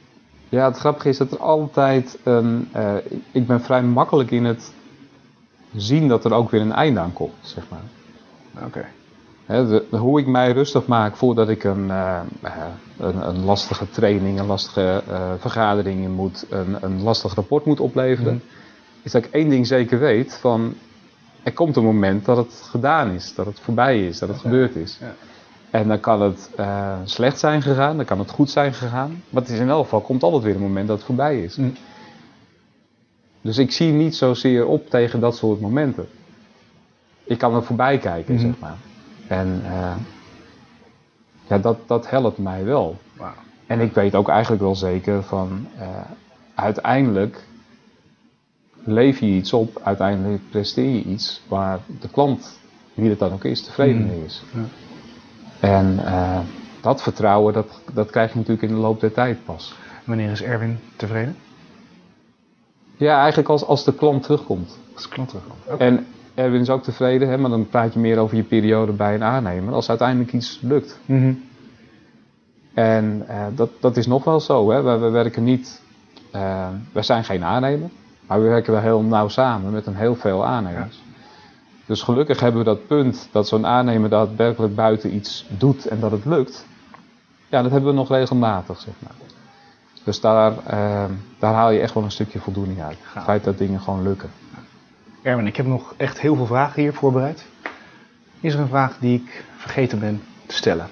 Ja, het grappige is dat er altijd een... Uh, ik ben vrij makkelijk in het zien dat er ook weer een einde aan komt, zeg maar. Oké. Okay. He, de, de, hoe ik mij rustig maak voordat ik een, uh, een, een lastige training, een lastige uh, vergadering in moet, een, een lastig rapport moet opleveren, mm. is dat ik één ding zeker weet, van er komt een moment dat het gedaan is, dat het voorbij is, dat het okay. gebeurd is. Ja. En dan kan het uh, slecht zijn gegaan, dan kan het goed zijn gegaan, maar het is in elk geval, komt altijd weer een moment dat het voorbij is. Mm. Dus ik zie niet zozeer op tegen dat soort momenten. Ik kan er voorbij kijken, mm. zeg maar. En uh, ja, dat, dat helpt mij wel. Wow. En ik weet ook eigenlijk wel zeker van, uh, uiteindelijk leef je iets op, uiteindelijk presteer je iets waar de klant, wie het dan ook is, tevreden mm. mee is. Ja. En uh, dat vertrouwen, dat, dat krijg je natuurlijk in de loop der tijd pas. Wanneer is Erwin tevreden? Ja, eigenlijk als, als de klant terugkomt. Als de klant terugkomt. Okay. En Erwin is ook tevreden, hè, maar dan praat je meer over je periode bij een aannemer. Als uiteindelijk iets lukt. Mm-hmm. En uh, dat, dat is nog wel zo. Hè. We, we werken niet... Uh, we zijn geen aannemer. Maar we werken wel heel nauw samen met een heel veel aannemers. Ja. Dus gelukkig hebben we dat punt dat zo'n aannemer daadwerkelijk buiten iets doet en dat het lukt. Ja, dat hebben we nog regelmatig, zeg maar. Dus daar, uh, daar haal je echt wel een stukje voldoening uit. Het feit dat dingen gewoon lukken. Erwin, ik heb nog echt heel veel vragen hier voorbereid. Is er een vraag die ik vergeten ben te stellen?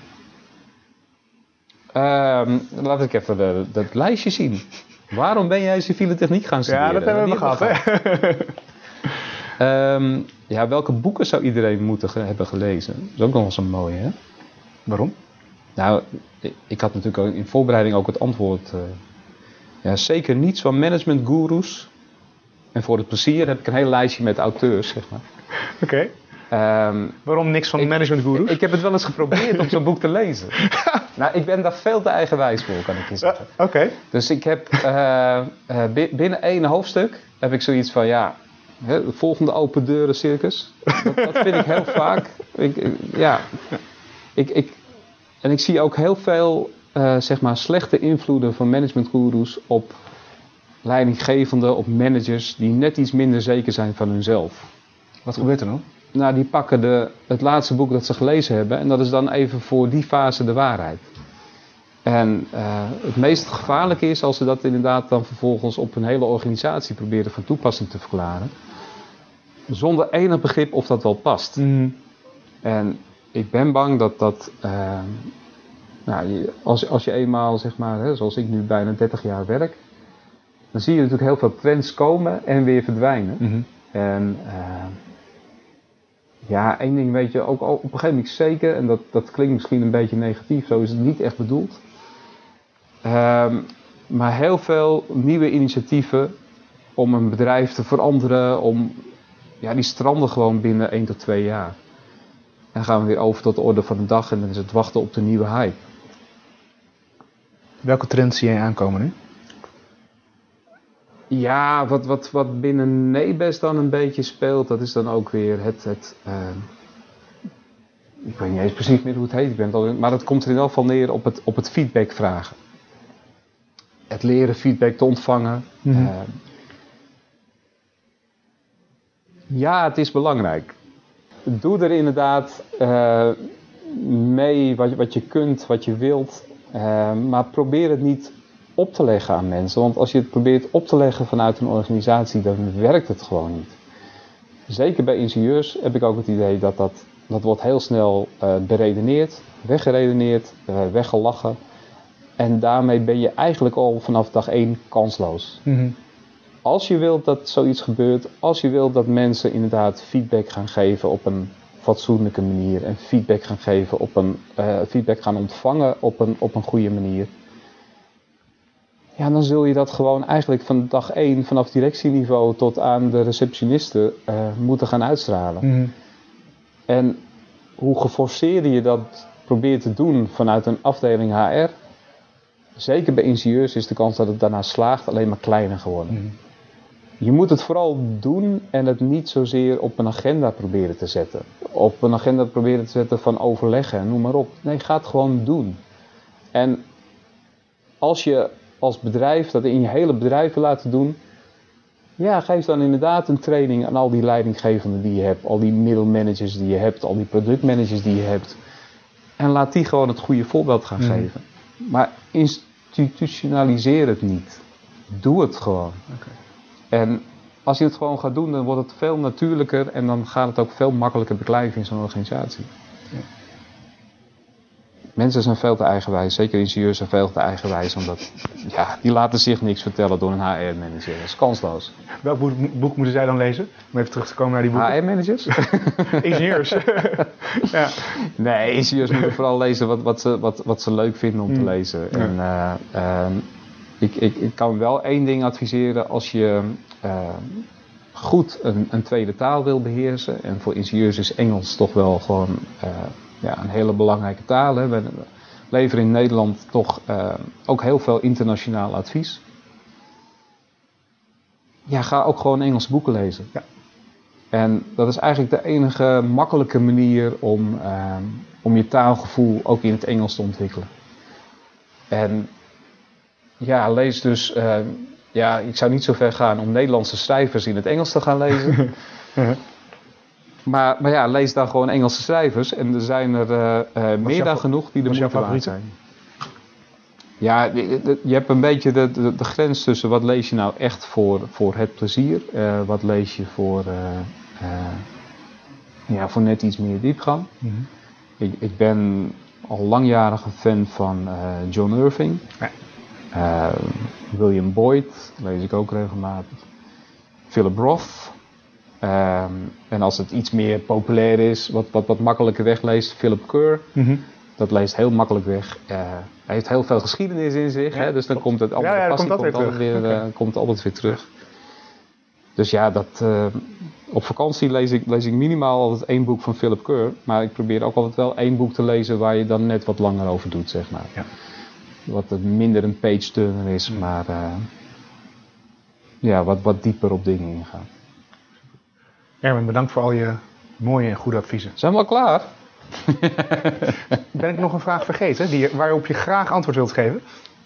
Uh, laat ik even de, dat lijstje zien. Waarom ben jij civiele techniek gaan studeren? Ja, dat hebben we nog gehad, hè? um, ja, welke boeken zou iedereen moeten ge- hebben gelezen? Dat is ook nog wel zo'n mooie, hè? Waarom? Nou, ik, ik had natuurlijk ook in voorbereiding ook het antwoord. Uh, ja, zeker niets van managementgoeroes. En voor het plezier heb ik een heel lijstje met auteurs, zeg maar. Oké. Okay. Um, Waarom niks van managementgoeroes? Ik, ik heb het wel eens geprobeerd om zo'n boek te lezen. Nou, ik ben daar veel te eigenwijs voor, kan ik je zeggen. Uh, Oké. Okay. Dus ik heb uh, uh, binnen één hoofdstuk heb ik zoiets van, ja, hè, het volgende open deuren circus. Dat, dat vind ik heel vaak. Ik, ik, ja, ik, ik, en ik zie ook heel veel, uh, zeg maar, slechte invloeden van managementgoeroes op leidinggevenden, op managers die net iets minder zeker zijn van hunzelf. Wat gebeurt er dan? Nou, die pakken de, het laatste boek dat ze gelezen hebben en dat is dan even voor die fase de waarheid. En uh, het meest gevaarlijke is als ze dat inderdaad dan vervolgens op een hele organisatie proberen van toepassing te verklaren. Zonder enig begrip of dat wel past. Mm. En ik ben bang dat dat, uh, nou, als, als je eenmaal, zeg maar, hè, zoals ik nu bijna dertig jaar werk, dan zie je natuurlijk heel veel trends komen en weer verdwijnen. Mm-hmm. En uh, ja, één ding weet je ook op een gegeven moment zeker, en dat, dat klinkt misschien een beetje negatief, zo is het niet echt bedoeld. Um, maar heel veel nieuwe initiatieven om een bedrijf te veranderen, om, ja, die stranden gewoon binnen één tot twee jaar. En dan gaan we weer over tot de orde van de dag en dan is het wachten op de nieuwe hype. Welke trends zie jij aankomen nu? Ja, wat, wat, wat binnen Nebes dan een beetje speelt, dat is dan ook weer het... het uh, ik weet niet eens precies meer hoe het heet, ik ben het al, maar het komt er in elk geval neer op het, op het feedback vragen. Het leren feedback te ontvangen. Mm-hmm. Uh, ja, het is belangrijk. Doe er inderdaad uh, mee wat, wat je kunt, wat je wilt, uh, maar probeer het niet op te leggen aan mensen. Want als je het probeert op te leggen vanuit een organisatie, dan werkt het gewoon niet. Zeker bij ingenieurs heb ik ook het idee dat dat, dat wordt heel snel uh, beredeneerd, weggeredeneerd, uh, weggelachen. En daarmee ben je eigenlijk al vanaf dag één kansloos. Mm-hmm. Als je wilt dat zoiets gebeurt, als je wilt dat mensen inderdaad feedback gaan geven op een fatsoenlijke manier en feedback gaan geven op een uh, feedback gaan ontvangen op een, op een goede manier. Ja, dan zul je dat gewoon eigenlijk van dag één, vanaf directieniveau tot aan de receptionisten uh, moeten gaan uitstralen. Mm-hmm. En hoe geforceerder je dat probeert te doen vanuit een afdeling H R, zeker bij ingenieurs is de kans dat het daarna slaagt alleen maar kleiner geworden. Mm-hmm. Je moet het vooral doen en het niet zozeer op een agenda proberen te zetten. Op een agenda proberen te zetten van overleggen en noem maar op. Nee, ga het gewoon doen. En als je als bedrijf dat in je hele bedrijf wil laten doen, ja, geef dan inderdaad een training aan al die leidinggevenden die je hebt, al die middelmanagers die je hebt, al die productmanagers die je hebt. En laat die gewoon het goede voorbeeld gaan mm. geven. Maar institutionaliseer het niet. Doe het gewoon. Okay. En als je het gewoon gaat doen, dan wordt het veel natuurlijker en dan gaat het ook veel makkelijker beklijven in zo'n organisatie. Ja. Mensen zijn veel te eigenwijs, zeker ingenieurs zijn veel te eigenwijs, omdat ja, die laten zich niks vertellen door een H R-manager. Dat is kansloos. Welk boek, boek moeten zij dan lezen? Om even terug te komen naar die boeken. H R-managers? Ingenieurs. Ja. Nee, ingenieurs moeten vooral lezen wat, wat, ze, wat, wat ze leuk vinden om mm. te lezen. Ja. En, uh, uh, ik, ik, ik kan wel één ding adviseren als je uh, goed een, een tweede taal wil beheersen. En voor ingenieurs is Engels toch wel gewoon uh, ja, een hele belangrijke taal. Hè. We leveren in Nederland toch uh, ook heel veel internationaal advies. Ja, ga ook gewoon Engelse boeken lezen. Ja. En dat is eigenlijk de enige makkelijke manier om, uh, om je taalgevoel ook in het Engels te ontwikkelen. En ja, lees dus, uh, ja, ik zou niet zo ver gaan om Nederlandse schrijvers in het Engels te gaan lezen. maar, maar ja, lees dan gewoon Engelse schrijvers en er zijn er uh, uh, meer dan genoeg die de moeite waard zijn. Ja, je, je hebt een beetje de, de, de grens tussen wat lees je nou echt voor, voor het plezier, uh, wat lees je voor, uh, uh, ja, voor net iets meer diepgang. Mm-hmm. Ik, ik ben al langjarig een fan van uh, John Irving. Ja. Uh, William Boyd, lees ik ook regelmatig. Philip Roth. Uh, en als het iets meer populair is, wat, wat, wat makkelijker wegleest, Philip Kerr. Mm-hmm. Dat leest heel makkelijk weg. Uh, hij heeft heel veel geschiedenis in zich, ja, hè, dus dan komt het altijd, ja, ja, passie, komt komt altijd, altijd, weer, weer, okay. uh, komt altijd weer terug. Dus ja, dat, uh, op vakantie lees ik, lees ik minimaal altijd één boek van Philip Kerr. Maar ik probeer ook altijd wel één boek te lezen waar je dan net wat langer over doet, zeg maar. Ja. Wat minder een page turner is, mm. maar uh, ja, wat, wat dieper op dingen ingaan. Erwin, bedankt voor al je mooie en goede adviezen. Zijn we al klaar? Ben ik nog een vraag vergeten die, waarop je graag antwoord wilt geven?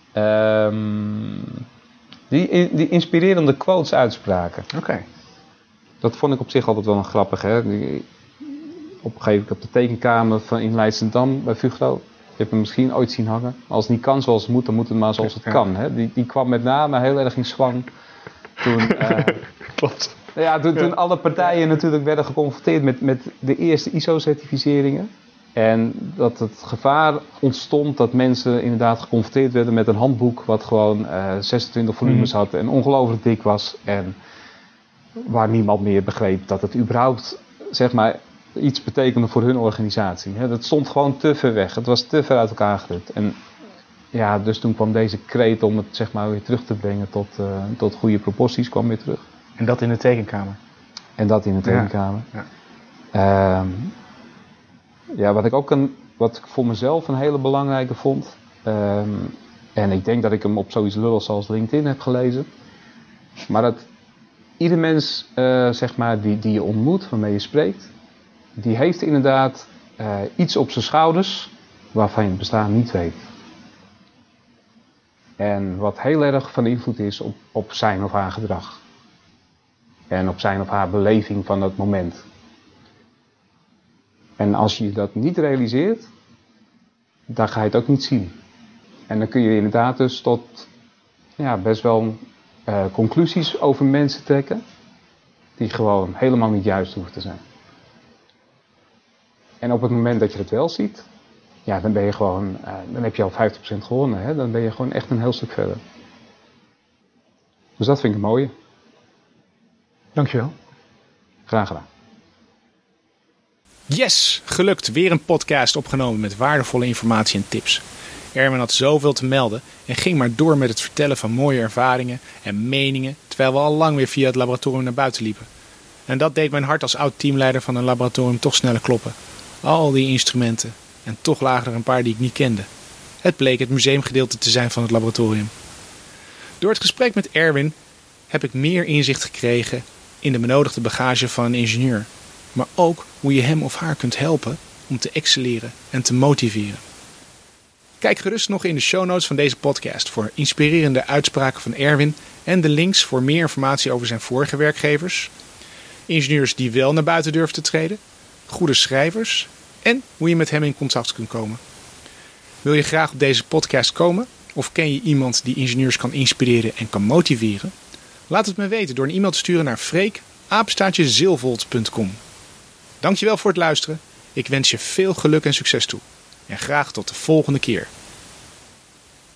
Um, die, die inspirerende quotes uitspraken. Oké. Okay. Dat vond ik op zich altijd wel een grappig. Hè? Die, op een gegeven moment op de tekenkamer van in Leidschendam bij Fugro. Je hebt hem misschien ooit zien hangen. Als het niet kan zoals het moet, dan moet het maar zoals het ja. kan. Hè? Die, die kwam met name heel erg in zwang toen... Uh, Klopt. Ja, toen, toen ja. alle partijen natuurlijk werden geconfronteerd met, met de eerste I S O-certificeringen. En dat het gevaar ontstond dat mensen inderdaad geconfronteerd werden met een handboek wat gewoon uh, zesentwintig volumes mm. had en ongelooflijk dik was. En waar niemand meer begreep dat het überhaupt, zeg maar, iets betekende voor hun organisatie. He, dat stond gewoon te ver weg. Het was te ver uit elkaar gerukt. En ja, dus toen kwam deze kreet om het, zeg maar, weer terug te brengen tot, uh, tot goede proporties, kwam weer terug. En dat in de tekenkamer? En dat in de tekenkamer. Ja, ja. Um, ja wat ik ook een, wat ik voor mezelf een hele belangrijke vond. Um, en ik denk dat ik hem op zoiets lulligs als LinkedIn heb gelezen. Maar dat ieder mens, uh, zeg maar, die, die je ontmoet, waarmee je spreekt, die heeft inderdaad uh, iets op zijn schouders waarvan je het bestaan niet weet. En wat heel erg van invloed is op, op zijn of haar gedrag. En op zijn of haar beleving van dat moment. En als je dat niet realiseert, dan ga je het ook niet zien. En dan kun je inderdaad dus tot ja, best wel uh, conclusies over mensen trekken, die gewoon helemaal niet juist hoeven te zijn. En op het moment dat je het wel ziet, ja, dan ben je gewoon, uh, dan heb je al vijftig procent gewonnen. Hè? Dan ben je gewoon echt een heel stuk verder. Dus dat vind ik een mooie. Dankjewel. Graag gedaan. Yes, gelukt. Weer een podcast opgenomen met waardevolle informatie en tips. Erwin had zoveel te melden en ging maar door met het vertellen van mooie ervaringen en meningen, terwijl we al lang weer via het laboratorium naar buiten liepen. En dat deed mijn hart als oud-teamleider van een laboratorium toch sneller kloppen. Al die instrumenten en toch lagen er een paar die ik niet kende. Het bleek het museumgedeelte te zijn van het laboratorium. Door het gesprek met Erwin heb ik meer inzicht gekregen in de benodigde bagage van een ingenieur, maar ook hoe je hem of haar kunt helpen om te excelleren en te motiveren. Kijk gerust nog in de show notes van deze podcast voor inspirerende uitspraken van Erwin en de links voor meer informatie over zijn vorige werkgevers, ingenieurs die wel naar buiten durven te treden, goede schrijvers en hoe je met hem in contact kunt komen. Wil je graag op deze podcast komen of ken je iemand die ingenieurs kan inspireren en kan motiveren? Laat het me weten door een e-mail te sturen naar freek apenstaartje zilvolt punt com. Dankjewel voor het luisteren. Ik wens je veel geluk en succes toe. En graag tot de volgende keer.